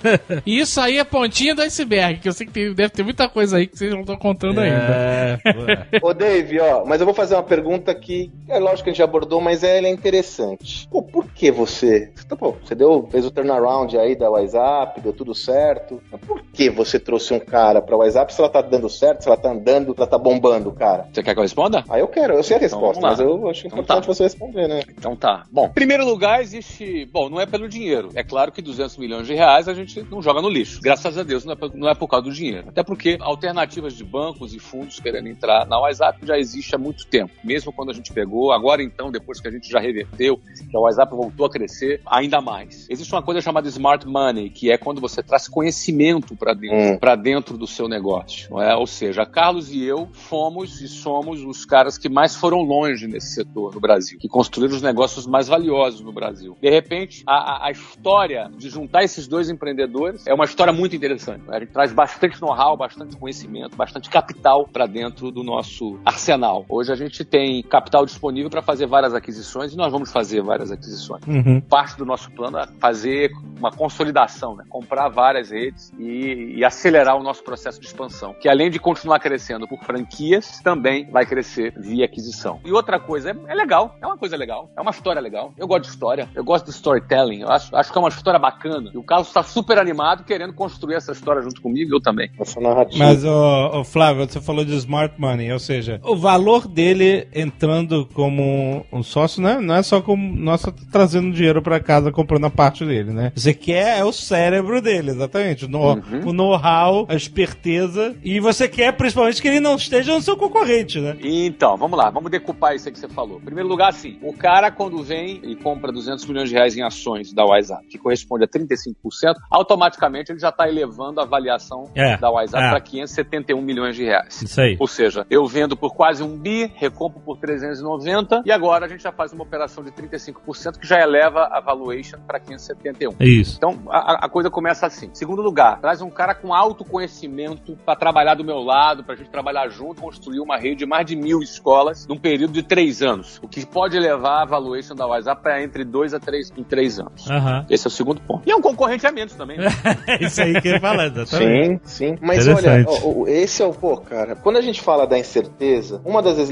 S5: E isso aí é pontinha do iceberg, que eu sei que deve ter muita coisa aí que vocês não estão contando ainda.
S4: Ô, Dave, mas eu vou fazer uma pergunta que é lógico que a gente já abordou, mas ela é interessante. Pô, por que você... Você fez o turnaround aí da WhatsApp, deu tudo certo. Mas por que você trouxe um cara pra WhatsApp se ela tá dando certo, se ela tá andando, se ela tá bombando, cara?
S3: Você quer que eu responda?
S4: Eu quero, eu sei a resposta,
S3: então,
S4: mas eu acho importante você responder, né?
S3: Então tá. Bom, em primeiro lugar existe... Bom, não é pelo dinheiro. É claro que 200 milhões de reais a gente não joga no lixo. Graças a Deus, não é por causa do dinheiro. Até porque alternativas de bancos e fundos querendo entrar na WhatsApp já existe há muito tempo. Mesmo quando a gente pegou, agora então, depois que a gente já reverteu, que a WhatsApp voltou a crescer ainda mais. Existe uma coisa chamada Smart Money, que é quando você traz conhecimento para dentro do seu negócio. Não é? Ou seja, Carlos e eu fomos e somos os caras que mais foram longe nesse setor no Brasil, que construíram os negócios mais valiosos no Brasil. De repente, a história de juntar esses dois empreendedores é uma história muito interessante. A gente traz bastante know-how, bastante conhecimento, bastante capital para dentro do nosso arsenal. Hoje a gente tem capital disponível para fazer várias aquisições e nós vamos fazer várias aquisições. Parte do nosso plano é fazer uma consolidação, né? Comprar várias redes e acelerar o nosso processo de expansão, que além de continuar crescendo por franquias, também vai crescer via aquisição. E outra coisa, é legal, é uma coisa legal, é uma história legal. Eu gosto de história, eu gosto de storytelling, eu acho que é uma história bacana. E o Carlos está super animado, querendo construir essa história junto comigo, eu também.
S4: Essa narrativa.
S2: Mas, Flávio, você falou de smart money, ou seja, o valor dele entrando como um sócio, né? Não é só como nossa trazendo dinheiro pra casa comprando a parte dele, né? Você quer o cérebro dele, exatamente. O know-how, a esperteza. E você quer, principalmente, que ele não esteja no seu concorrente, né?
S3: Então, vamos lá, vamos decupar isso aí que você falou. Em primeiro lugar, assim, o cara quando vem e compra 200 milhões de reais em ações da WhatsApp, que corresponde a 35%, automaticamente ele já está elevando a avaliação da WhatsApp para 571 milhões de reais.
S2: Isso aí.
S3: Ou seja, eu vendo por quase 1 bi, recompro por 390 e agora a gente já faz uma operação de 35% que já eleva a valuation para 571.
S2: Isso.
S3: Então, a coisa começa assim. Segundo lugar, traz um cara com alto conhecimento para trabalhar do meu lado, pra gente trabalhar junto, construir uma rede de mais de 1.000 escolas num período de 3 anos, o que pode levar a valuation da WhatsApp para entre 2 a 3 em 3 anos. Esse é o segundo ponto. E é um concorrente a menos também. Né?
S2: Isso aí que eu ia falar, exatamente.
S4: Sim. Mas olha, esse é o cara, quando a gente fala da incerteza, um dos elementos mais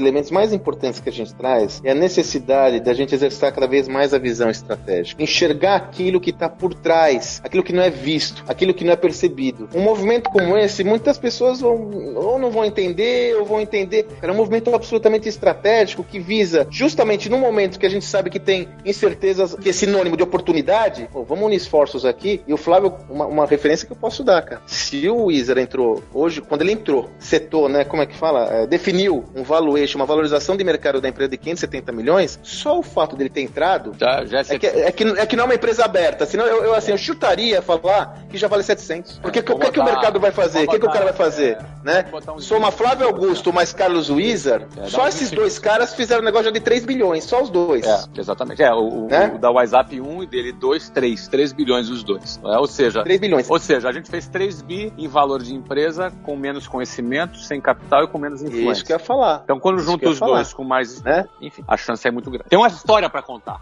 S4: mais importantes que a gente traz é a necessidade da gente exercitar cada vez mais a visão estratégica. Enxergar aquilo que está por trás, aquilo que não é visto, aquilo que não é percebido. Um movimento como esse, muitas pessoas ou não vão entender, ou vão entender. É um movimento absolutamente estratégico que visa, justamente no momento que a gente sabe que tem incertezas, que é sinônimo de oportunidade, vamos unir esforços aqui. E o Flávio, uma referência que eu posso dar, cara. Se o Wizard entrou hoje, quando ele entrou, setou, né, como é que fala? Definiu um valuation, uma valorização de mercado da empresa de 570 milhões, só o fato dele ter entrado já é que não é uma empresa aberta. Senão eu chutaria falar que já vale 700. Porque o que o mercado vai fazer? O que o cara vai fazer? Né? Soma Flávio Augusto mais Carlos Wizard, só esses dois caras fizeram um negócio já de 3 bilhões, só os dois.
S3: Exatamente. O da WhatsApp 1 e dele 2, 3 bilhões os dois. Ou seja,
S4: 3 bilhões.
S3: Ou seja, a gente fez 3 bi em valor de empresa com menos conhecimento, sem capital e com menos influência.
S4: Isso que eu ia falar.
S3: Então, quando junta os dois com mais... Enfim, a chance é muito grande. Tem uma história pra contar.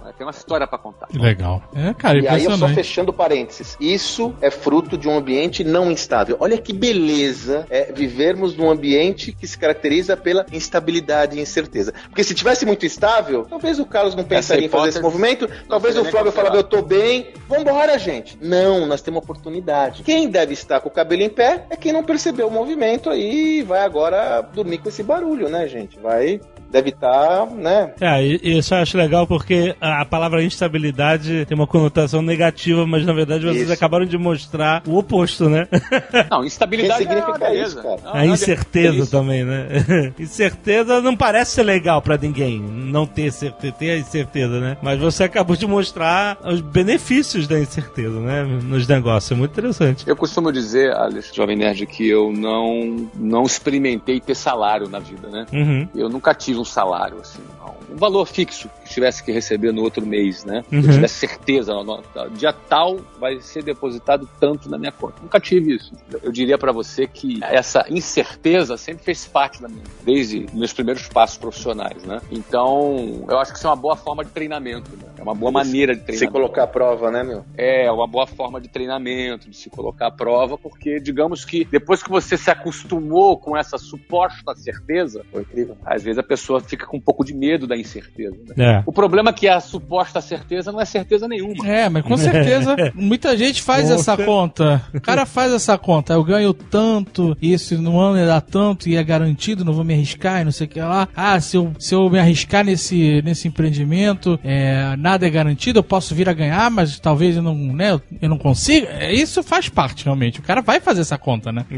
S5: Legal. Cara,
S4: e aí eu só fechando parênteses. Isso é fruto de um ambiente não instável. Olha que beleza vivermos num ambiente que se caracteriza pela instabilidade e incerteza. Porque se tivesse muito instável, talvez o Carlos não pensaria em fazer esse movimento, talvez o Flávio falaria, eu tô bem, vambora, gente. Não, nós temos uma oportunidade. Quem deve estar com o cabelo em pé é quem não percebeu o movimento aí e vai agora dormir com esse barulho, né, gente? Deve estar, né?
S2: Isso eu acho legal porque a palavra instabilidade tem uma conotação negativa, mas na verdade vocês acabaram de mostrar o oposto, né?
S3: Não, instabilidade
S4: significa isso, cara.
S2: A incerteza também, né? Incerteza não parece ser legal pra ninguém, não ter certeza, ter a incerteza, né? Mas você acabou de mostrar os benefícios da incerteza, né? Nos negócios, é muito interessante.
S3: Eu costumo dizer, Alex, Jovem Nerd, que eu não experimentei ter salário na vida, né?
S2: Uhum.
S3: Eu nunca tive um salário, assim, um valor fixo que tivesse que receber no outro mês, né? Eu tivesse certeza, dia tal vai ser depositado tanto na minha conta. Nunca tive isso. Eu diria pra você que essa incerteza sempre fez parte da minha vida, desde meus primeiros passos profissionais, né? Então, eu acho que isso é uma boa forma de treinamento, né? É uma boa maneira de treinamento.
S4: Se colocar à prova, né, meu?
S3: É uma boa forma de treinamento, de se colocar à prova, porque, digamos que depois que você se acostumou com essa suposta certeza,
S4: foi incrível.
S3: Às vezes a pessoa fica com um pouco de medo da incerteza, né? O problema é que a suposta certeza não é certeza nenhuma.
S5: Mas com certeza muita gente faz essa conta. O cara faz essa conta. Eu ganho tanto, isso no ano ia dar tanto e é garantido, não vou me arriscar e não sei o que lá. Se eu me arriscar nesse empreendimento, nada é garantido, eu posso vir a ganhar, mas talvez eu não consiga. Isso faz parte, realmente. O cara vai fazer essa conta, né?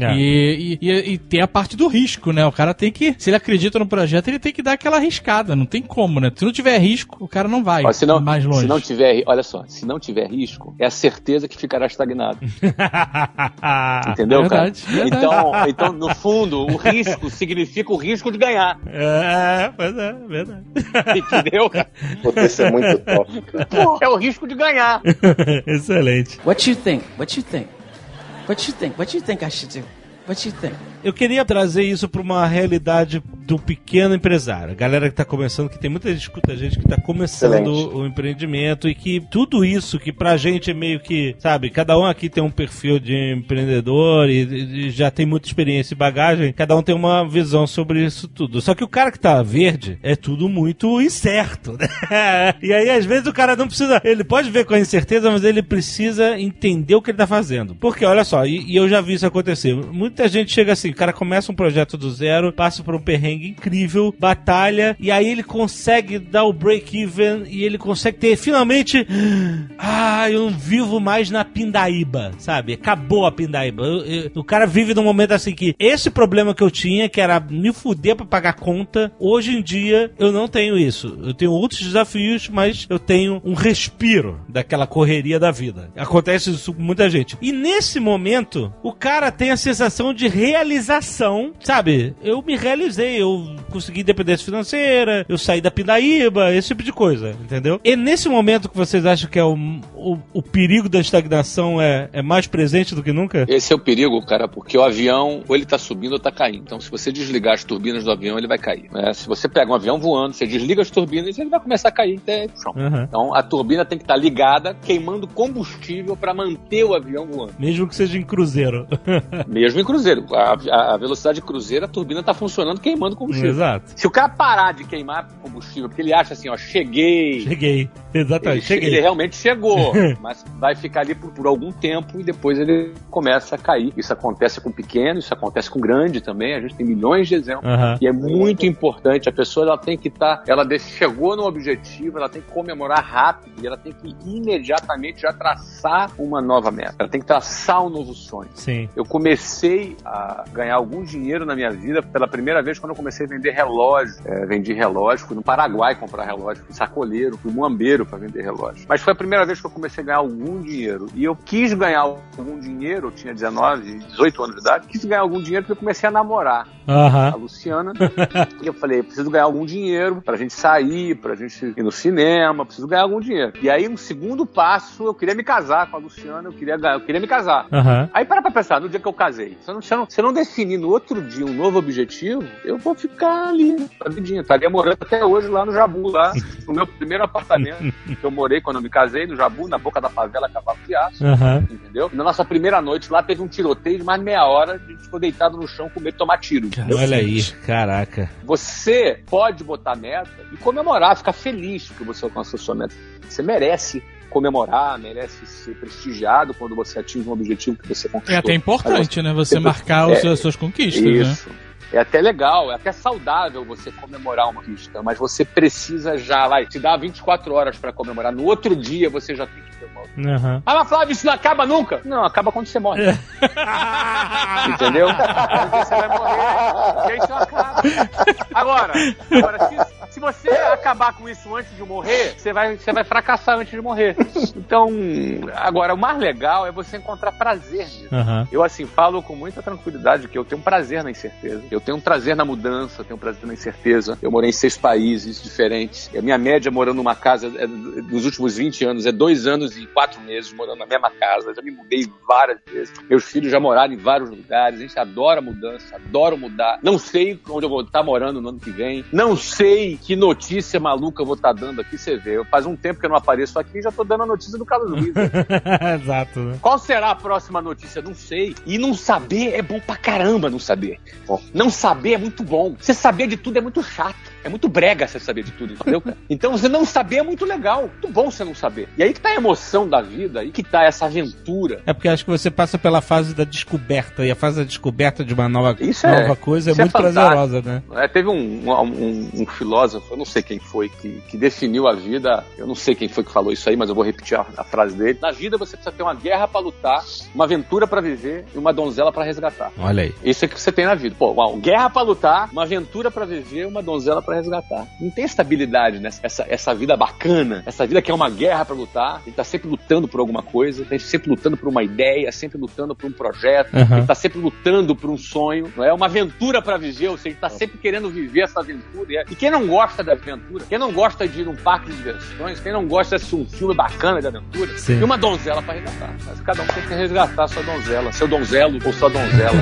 S5: E tem a parte do risco, né? O cara tem que, se ele acredita no projeto, ele tem que dar aquela arriscada. Não tem como, né? Se não tiver risco, o cara não vai mais longe.
S3: Se não tiver risco, é a certeza que ficará estagnado. Entendeu,
S5: verdade,
S3: cara?
S5: Verdade.
S3: Então, no fundo, o risco significa o risco de ganhar.
S2: Pois é, verdade.
S3: Entendeu, cara?
S4: Isso é muito top, cara.
S3: É o risco de ganhar.
S2: Excelente.
S6: What you think? I should do? What you think?
S2: Eu queria trazer isso para uma realidade do pequeno empresário. A galera que está começando, que tem muita gente que está começando o empreendimento e que tudo isso que pra gente é meio que, sabe, cada um aqui tem um perfil de empreendedor e já tem muita experiência e bagagem, cada um tem uma visão sobre isso tudo. Só que o cara que tá verde é tudo muito incerto, né? E aí, às vezes, o cara não precisa, ele pode ver com a incerteza, mas ele precisa entender o que ele tá fazendo. Porque, olha só, e eu já vi isso acontecer. Muita gente chega assim, o cara começa um projeto do zero, passa por um perrengue incrível, batalha, e aí ele consegue dar o break-even e ele consegue ter, finalmente, eu não vivo mais na pindaíba, sabe? Acabou a pindaíba. O cara vive num momento assim que esse problema que eu tinha, que era me fuder pra pagar conta, hoje em dia eu não tenho isso. Eu tenho outros desafios, mas eu tenho um respiro daquela correria da vida. Acontece isso com muita gente. E nesse momento, o cara tem a sensação de realização, sabe? Eu me realizei, eu consegui independência financeira, eu saí da pindaíba, esse tipo de coisa, entendeu? E nesse momento que vocês acham que é o perigo da estagnação é mais presente do que nunca?
S3: Esse é o perigo, cara, porque o avião, ou ele tá subindo ou tá caindo. Então, se você desligar as turbinas do avião, ele vai cair. Né? Se você pega um avião voando, você desliga as turbinas, ele vai começar a cair até o chão. Então, a turbina tem que estar ligada, queimando combustível para manter o avião voando.
S2: Mesmo que seja em cruzeiro.
S3: Mesmo em cruzeiro. A velocidade de cruzeiro, a turbina tá funcionando queimando combustível.
S2: Exato.
S3: Se o cara parar de queimar combustível, porque ele acha assim, ó, cheguei.
S2: Exatamente,
S3: ele realmente chegou, mas vai ficar ali por algum tempo e depois ele começa a cair. Isso acontece com pequeno, isso acontece com grande também, a gente tem milhões de exemplos. E é muito importante, a pessoa ela tem que estar, chegou no objetivo, ela tem que comemorar rápido e ela tem que imediatamente já traçar uma nova meta. Ela tem que traçar um novo sonho.
S2: Sim.
S3: Eu comecei a ganhar algum dinheiro na minha vida pela primeira vez quando eu comecei a vender relógio. Vendi relógio, fui no Paraguai comprar relógio, fui sacoleiro, fui muambeiro para vender relógio. Mas foi a primeira vez que eu comecei a ganhar algum dinheiro. E eu quis ganhar algum dinheiro, eu tinha 19, 18 anos de idade, quis ganhar algum dinheiro porque eu comecei a namorar a Luciana. E eu falei, eu preciso ganhar algum dinheiro pra gente sair, pra gente ir no cinema, preciso ganhar algum dinheiro. E aí, um segundo passo, eu queria me casar com a Luciana, eu queria me casar. Aí para pra pensar, no dia que eu casei, se eu não definir no outro dia um novo objetivo, eu vou ficar ali, a vidinha. Estaria morando até hoje lá no Jabu, lá no meu primeiro apartamento que eu morei quando eu me casei, no Jabu, na boca da favela, Cavalo de Aço. Entendeu? Na nossa primeira noite lá teve um tiroteio de mais de meia hora, a gente ficou deitado no chão com medo de tomar tiro.
S2: Olha aí, caraca.
S3: Você pode botar meta e comemorar, ficar feliz porque você alcançou sua meta. Você merece comemorar, merece ser prestigiado quando você atinge um objetivo que você conquistou.
S5: É até importante, né? Você marcar as suas conquistas,
S3: isso.
S5: Né?
S3: É até legal, é até saudável você comemorar uma conquista, mas você precisa já, te dar 24 horas pra comemorar. No outro dia você já tem que comemorar. Ah, mas Flávio, isso não acaba nunca? Não, acaba quando você morre. Entendeu? Aí você vai morrer e aí isso acaba. Agora se você acabar com isso antes de morrer, você vai fracassar antes de morrer. Então, agora, o mais legal é você encontrar prazer nisso. Eu, assim, falo com muita tranquilidade que eu tenho prazer na incerteza. Eu tenho um prazer na mudança, eu tenho um prazer na incerteza. Eu morei em 6 países diferentes. A minha média morando numa casa nos últimos 20 anos é 2 anos e 4 meses morando na mesma casa. Eu já me mudei várias vezes. Meus filhos já moraram em vários lugares. A gente adora mudança, adora mudar. Não sei onde eu vou estar morando no ano que vem. Não sei que notícia maluca eu vou estar dando aqui, você vê. Faz um tempo que eu não apareço aqui e já tô dando a notícia do Carlos Luiz.
S2: Exato, né?
S3: Qual será a próxima notícia? Não sei. E não saber é bom pra caramba, não saber. Não saber é muito bom. Você saber de tudo é muito chato. É muito brega você saber de tudo, entendeu, cara? Então você não saber é muito legal. Muito bom você não saber. E aí que tá a emoção da vida, aí que tá essa aventura.
S2: É porque acho que você passa pela fase da descoberta. E a fase da descoberta de uma nova coisa é muito prazerosa, né?
S3: Teve um filósofo, eu não sei quem foi, que definiu a vida. Eu não sei quem foi que falou isso aí, mas eu vou repetir a frase dele. Na vida você precisa ter uma guerra pra lutar, uma aventura pra viver e uma donzela pra resgatar.
S2: Olha aí.
S3: Isso é que você tem na vida. Pô, uma guerra pra lutar, uma aventura pra viver e uma donzela pra resgatar. Não tem estabilidade nessa essa vida bacana, essa vida que é uma guerra pra lutar. A gente tá sempre lutando por alguma coisa, a gente sempre lutando por uma ideia, sempre lutando por um projeto, a gente tá sempre lutando por um sonho, não é? Uma aventura pra viver, ou seja, a gente tá sempre querendo viver essa aventura. E quem não gosta da aventura, quem não gosta de ir num parque de diversões, quem não gosta de assistir um filme bacana de aventura, e uma donzela pra resgatar. Mas cada um tem que resgatar a sua donzela, seu donzelo ou sua donzela.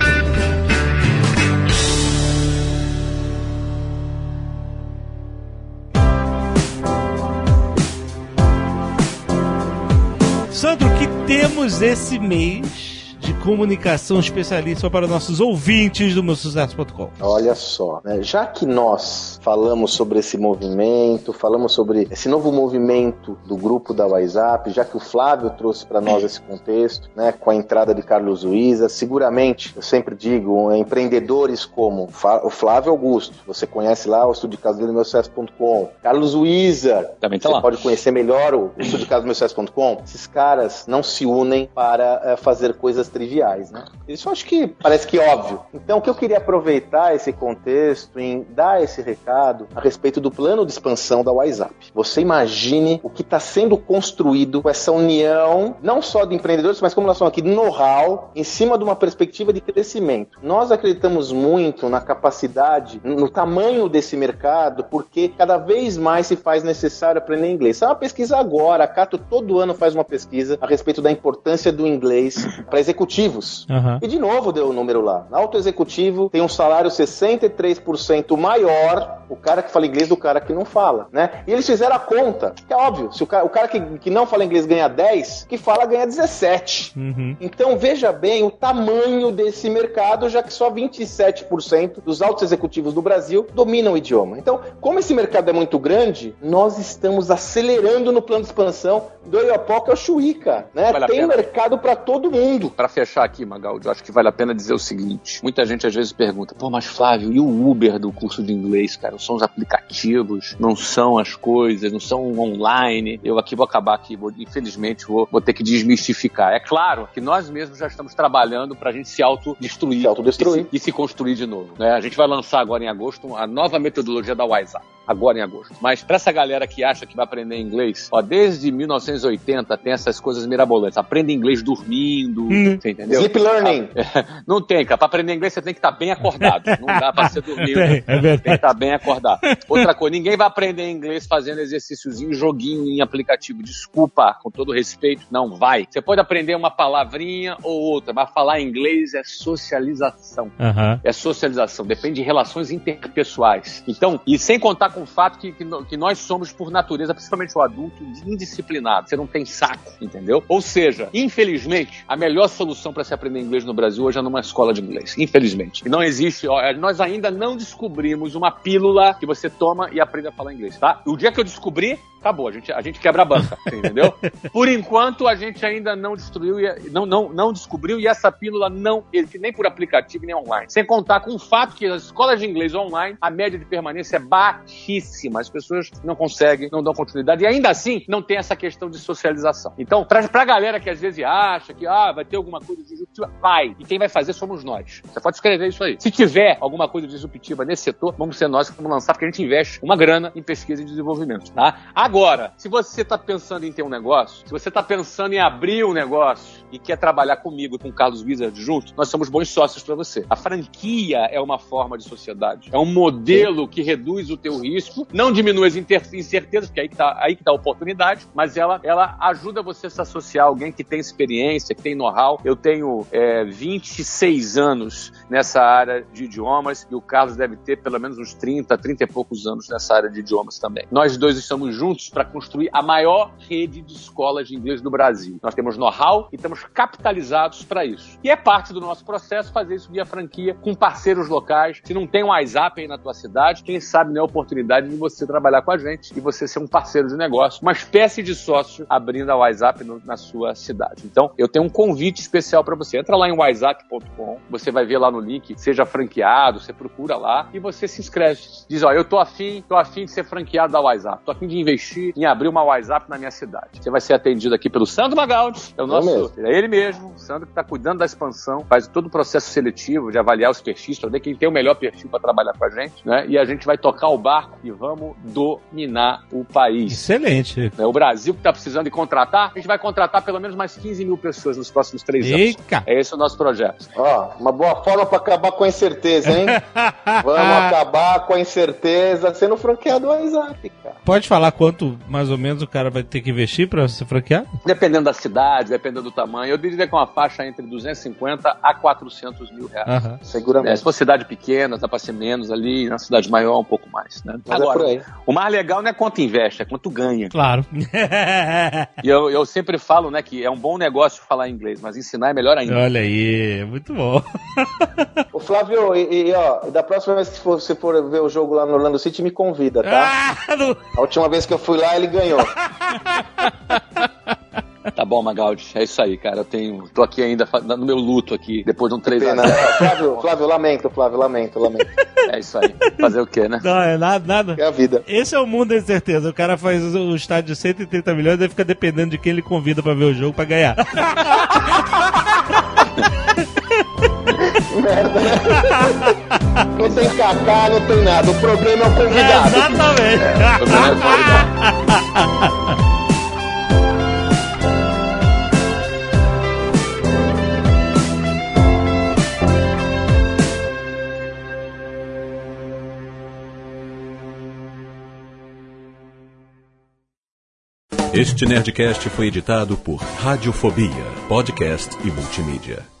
S2: Sandro, que temos esse mês de comunicação especialista para nossos ouvintes do meusucesso.com?
S4: Olha só, né? Já que nós falamos sobre esse movimento, falamos sobre esse novo movimento do grupo da WhatsApp, já que o Flávio trouxe para nós esse contexto, né, com a entrada de Carlos Luiza, seguramente, eu sempre digo, empreendedores como o Flávio Augusto, você conhece lá o Estúdio de Caso dele no meusucesso.com, Carlos Luiza,
S3: também tá
S4: você
S3: lá.
S4: Pode conhecer melhor o Estúdio de Caso no meusucesso.com. Esses caras não se unem para fazer coisas triviais. mundiais, né? Isso eu acho que parece que é óbvio. Então, o que eu queria aproveitar esse contexto em dar esse recado a respeito do plano de expansão da WhatsApp. Você imagine o que está sendo construído com essa união, não só de empreendedores, mas como nós falamos aqui, de know-how, em cima de uma perspectiva de crescimento. Nós acreditamos muito na capacidade, no tamanho desse mercado, porque cada vez mais se faz necessário aprender inglês. Isso é uma pesquisa agora, a Cato todo ano faz uma pesquisa a respeito da importância do inglês para executivos.
S2: Uhum.
S4: E de novo deu o número lá. Alto executivo tem um salário 63% maior, o cara que fala inglês do cara que não fala, né? E eles fizeram a conta, que é óbvio, se o cara que não fala inglês ganha 10, que fala ganha 17.
S2: Uhum.
S4: Então veja bem o tamanho desse mercado, já que só 27% dos altos executivos do Brasil dominam o idioma. Então, como esse mercado é muito grande, nós estamos acelerando no plano de expansão do Oiapoque ao Chuí, cara, né? Tem mercado para todo mundo.
S3: Para fechar aqui, Magaldi, eu acho que vale a pena dizer o seguinte: muita gente às vezes pergunta, pô, mas Flávio, e o Uber do curso de inglês, cara? Não são os aplicativos, não são as coisas, não são online. Eu aqui vou acabar aqui, infelizmente vou ter que desmistificar. É claro que nós mesmos já estamos trabalhando pra gente se autodestruir e se construir de novo, né? A gente vai lançar agora em agosto a nova metodologia da WhatsApp, agora em agosto. Mas pra essa galera que acha que vai aprender inglês, ó, desde 1980 tem essas coisas mirabolantes. Aprende inglês dormindo, você entendeu?
S4: Sleep learning.
S3: Não tem, cara. Pra aprender inglês você tem que estar bem acordado. Não dá pra ser dormindo. Tem que estar bem acordado. Outra coisa, ninguém vai aprender inglês fazendo exercíciozinho, joguinho em aplicativo. Desculpa, com todo respeito, não vai. Você pode aprender uma palavrinha ou outra, mas falar inglês é socialização.
S2: Uhum.
S3: É socialização. Depende de relações interpessoais. Então, e sem contar com o fato que nós somos, por natureza, principalmente o adulto, indisciplinado. Você não tem saco, entendeu? Ou seja, infelizmente, a melhor solução para se aprender inglês no Brasil hoje é numa escola de inglês. Infelizmente. E não existe, nós ainda não descobrimos uma pílula que você toma e aprende a falar inglês, tá? O dia que eu descobrir, acabou, a gente quebra a banca, entendeu? Por enquanto, a gente ainda não descobriu e essa pílula não existe nem por aplicativo nem online. Sem contar com o fato que as escolas de inglês online, a média de permanência é baixíssima. As pessoas não conseguem, não dão continuidade e ainda assim não tem essa questão de socialização. Então, pra galera que às vezes acha que vai ter alguma coisa disruptiva, vai. E quem vai fazer somos nós. Você pode escrever isso aí. Se tiver alguma coisa disruptiva nesse setor, vamos ser nós que vamos lançar, porque a gente investe uma grana em pesquisa e desenvolvimento, tá? Agora, se você está pensando em ter um negócio, se você está pensando em abrir um negócio e quer trabalhar comigo, com o Carlos Wizard junto, nós somos bons sócios para você. A franquia é uma forma de sociedade. É um modelo que reduz o teu risco, não diminui as incertezas, porque aí que tá a oportunidade, mas ela ajuda você a se associar a alguém que tem experiência, que tem know-how. Eu tenho 26 anos nessa área de idiomas e o Carlos deve ter pelo menos uns 30 e poucos anos nessa área de idiomas também. Nós dois estamos juntos para construir a maior rede de escolas de inglês do Brasil. Nós temos know-how e estamos capitalizados para isso. E é parte do nosso processo fazer isso via franquia com parceiros locais. Se não tem um WhatsApp aí na tua cidade, quem sabe não é a oportunidade de você trabalhar com a gente e você ser um parceiro de negócio, uma espécie de sócio abrindo a WhatsApp na sua cidade. Então, eu tenho um convite especial para você. Entra lá em whatsApp.com, você vai ver lá no link, seja franqueado, você procura lá e você se inscreve. Diz, eu tô afim de ser franqueado da WhatsApp, tô afim de investir em abrir uma WhatsApp na minha cidade. Você vai ser atendido aqui pelo Sandro Magaldi, é ele mesmo, o Sandro que está cuidando da expansão, faz todo o processo seletivo de avaliar os perfis, para ver quem tem o melhor perfil para trabalhar com a gente, né? E a gente vai tocar o barco e vamos dominar o país.
S2: Excelente.
S3: O Brasil que está precisando de contratar, a gente vai contratar pelo menos mais 15 mil pessoas nos próximos 3 anos.
S2: Eita.
S3: É esse o nosso projeto.
S4: Uma boa forma para acabar com a incerteza, hein? Vamos acabar com a incerteza sendo franqueado ao WhatsApp, cara.
S2: Pode falar quanto mais ou menos o cara vai ter que investir para ser franqueado?
S3: Dependendo da cidade, dependendo do tamanho, eu diria que é uma faixa entre 250 a 400 mil reais.
S2: Uhum.
S4: Seguramente.
S3: Se for cidade pequena, dá para ser menos ali, na cidade maior um pouco mais, né?
S4: Mas
S3: agora, o mais legal não é quanto investe, é quanto ganha.
S2: Claro.
S3: E eu sempre falo, né, que é um bom negócio falar inglês, mas ensinar é melhor ainda.
S2: Olha aí, muito bom.
S4: Ô Flávio, da próxima vez que você for ver o jogo lá no Orlando City, me convida, tá? A última vez que eu fui lá, ele ganhou.
S3: Tá bom, Magaldi, é isso aí, cara. Tô aqui ainda no meu luto aqui, depois de um 3-0.
S4: Flávio, lamento.
S3: É isso aí. Fazer o quê, né?
S2: Não, é nada.
S4: É a vida.
S2: Esse é o mundo da incerteza. O cara faz o estádio de 130 milhões e fica dependendo de quem ele convida pra ver o jogo pra ganhar.
S4: Merda, né? Não tem cacá, não tem nada. O problema é o convidado.
S2: Exatamente.
S3: O problema é o convidado.
S1: Este Nerdcast foi editado por Radiofobia, podcast e multimídia.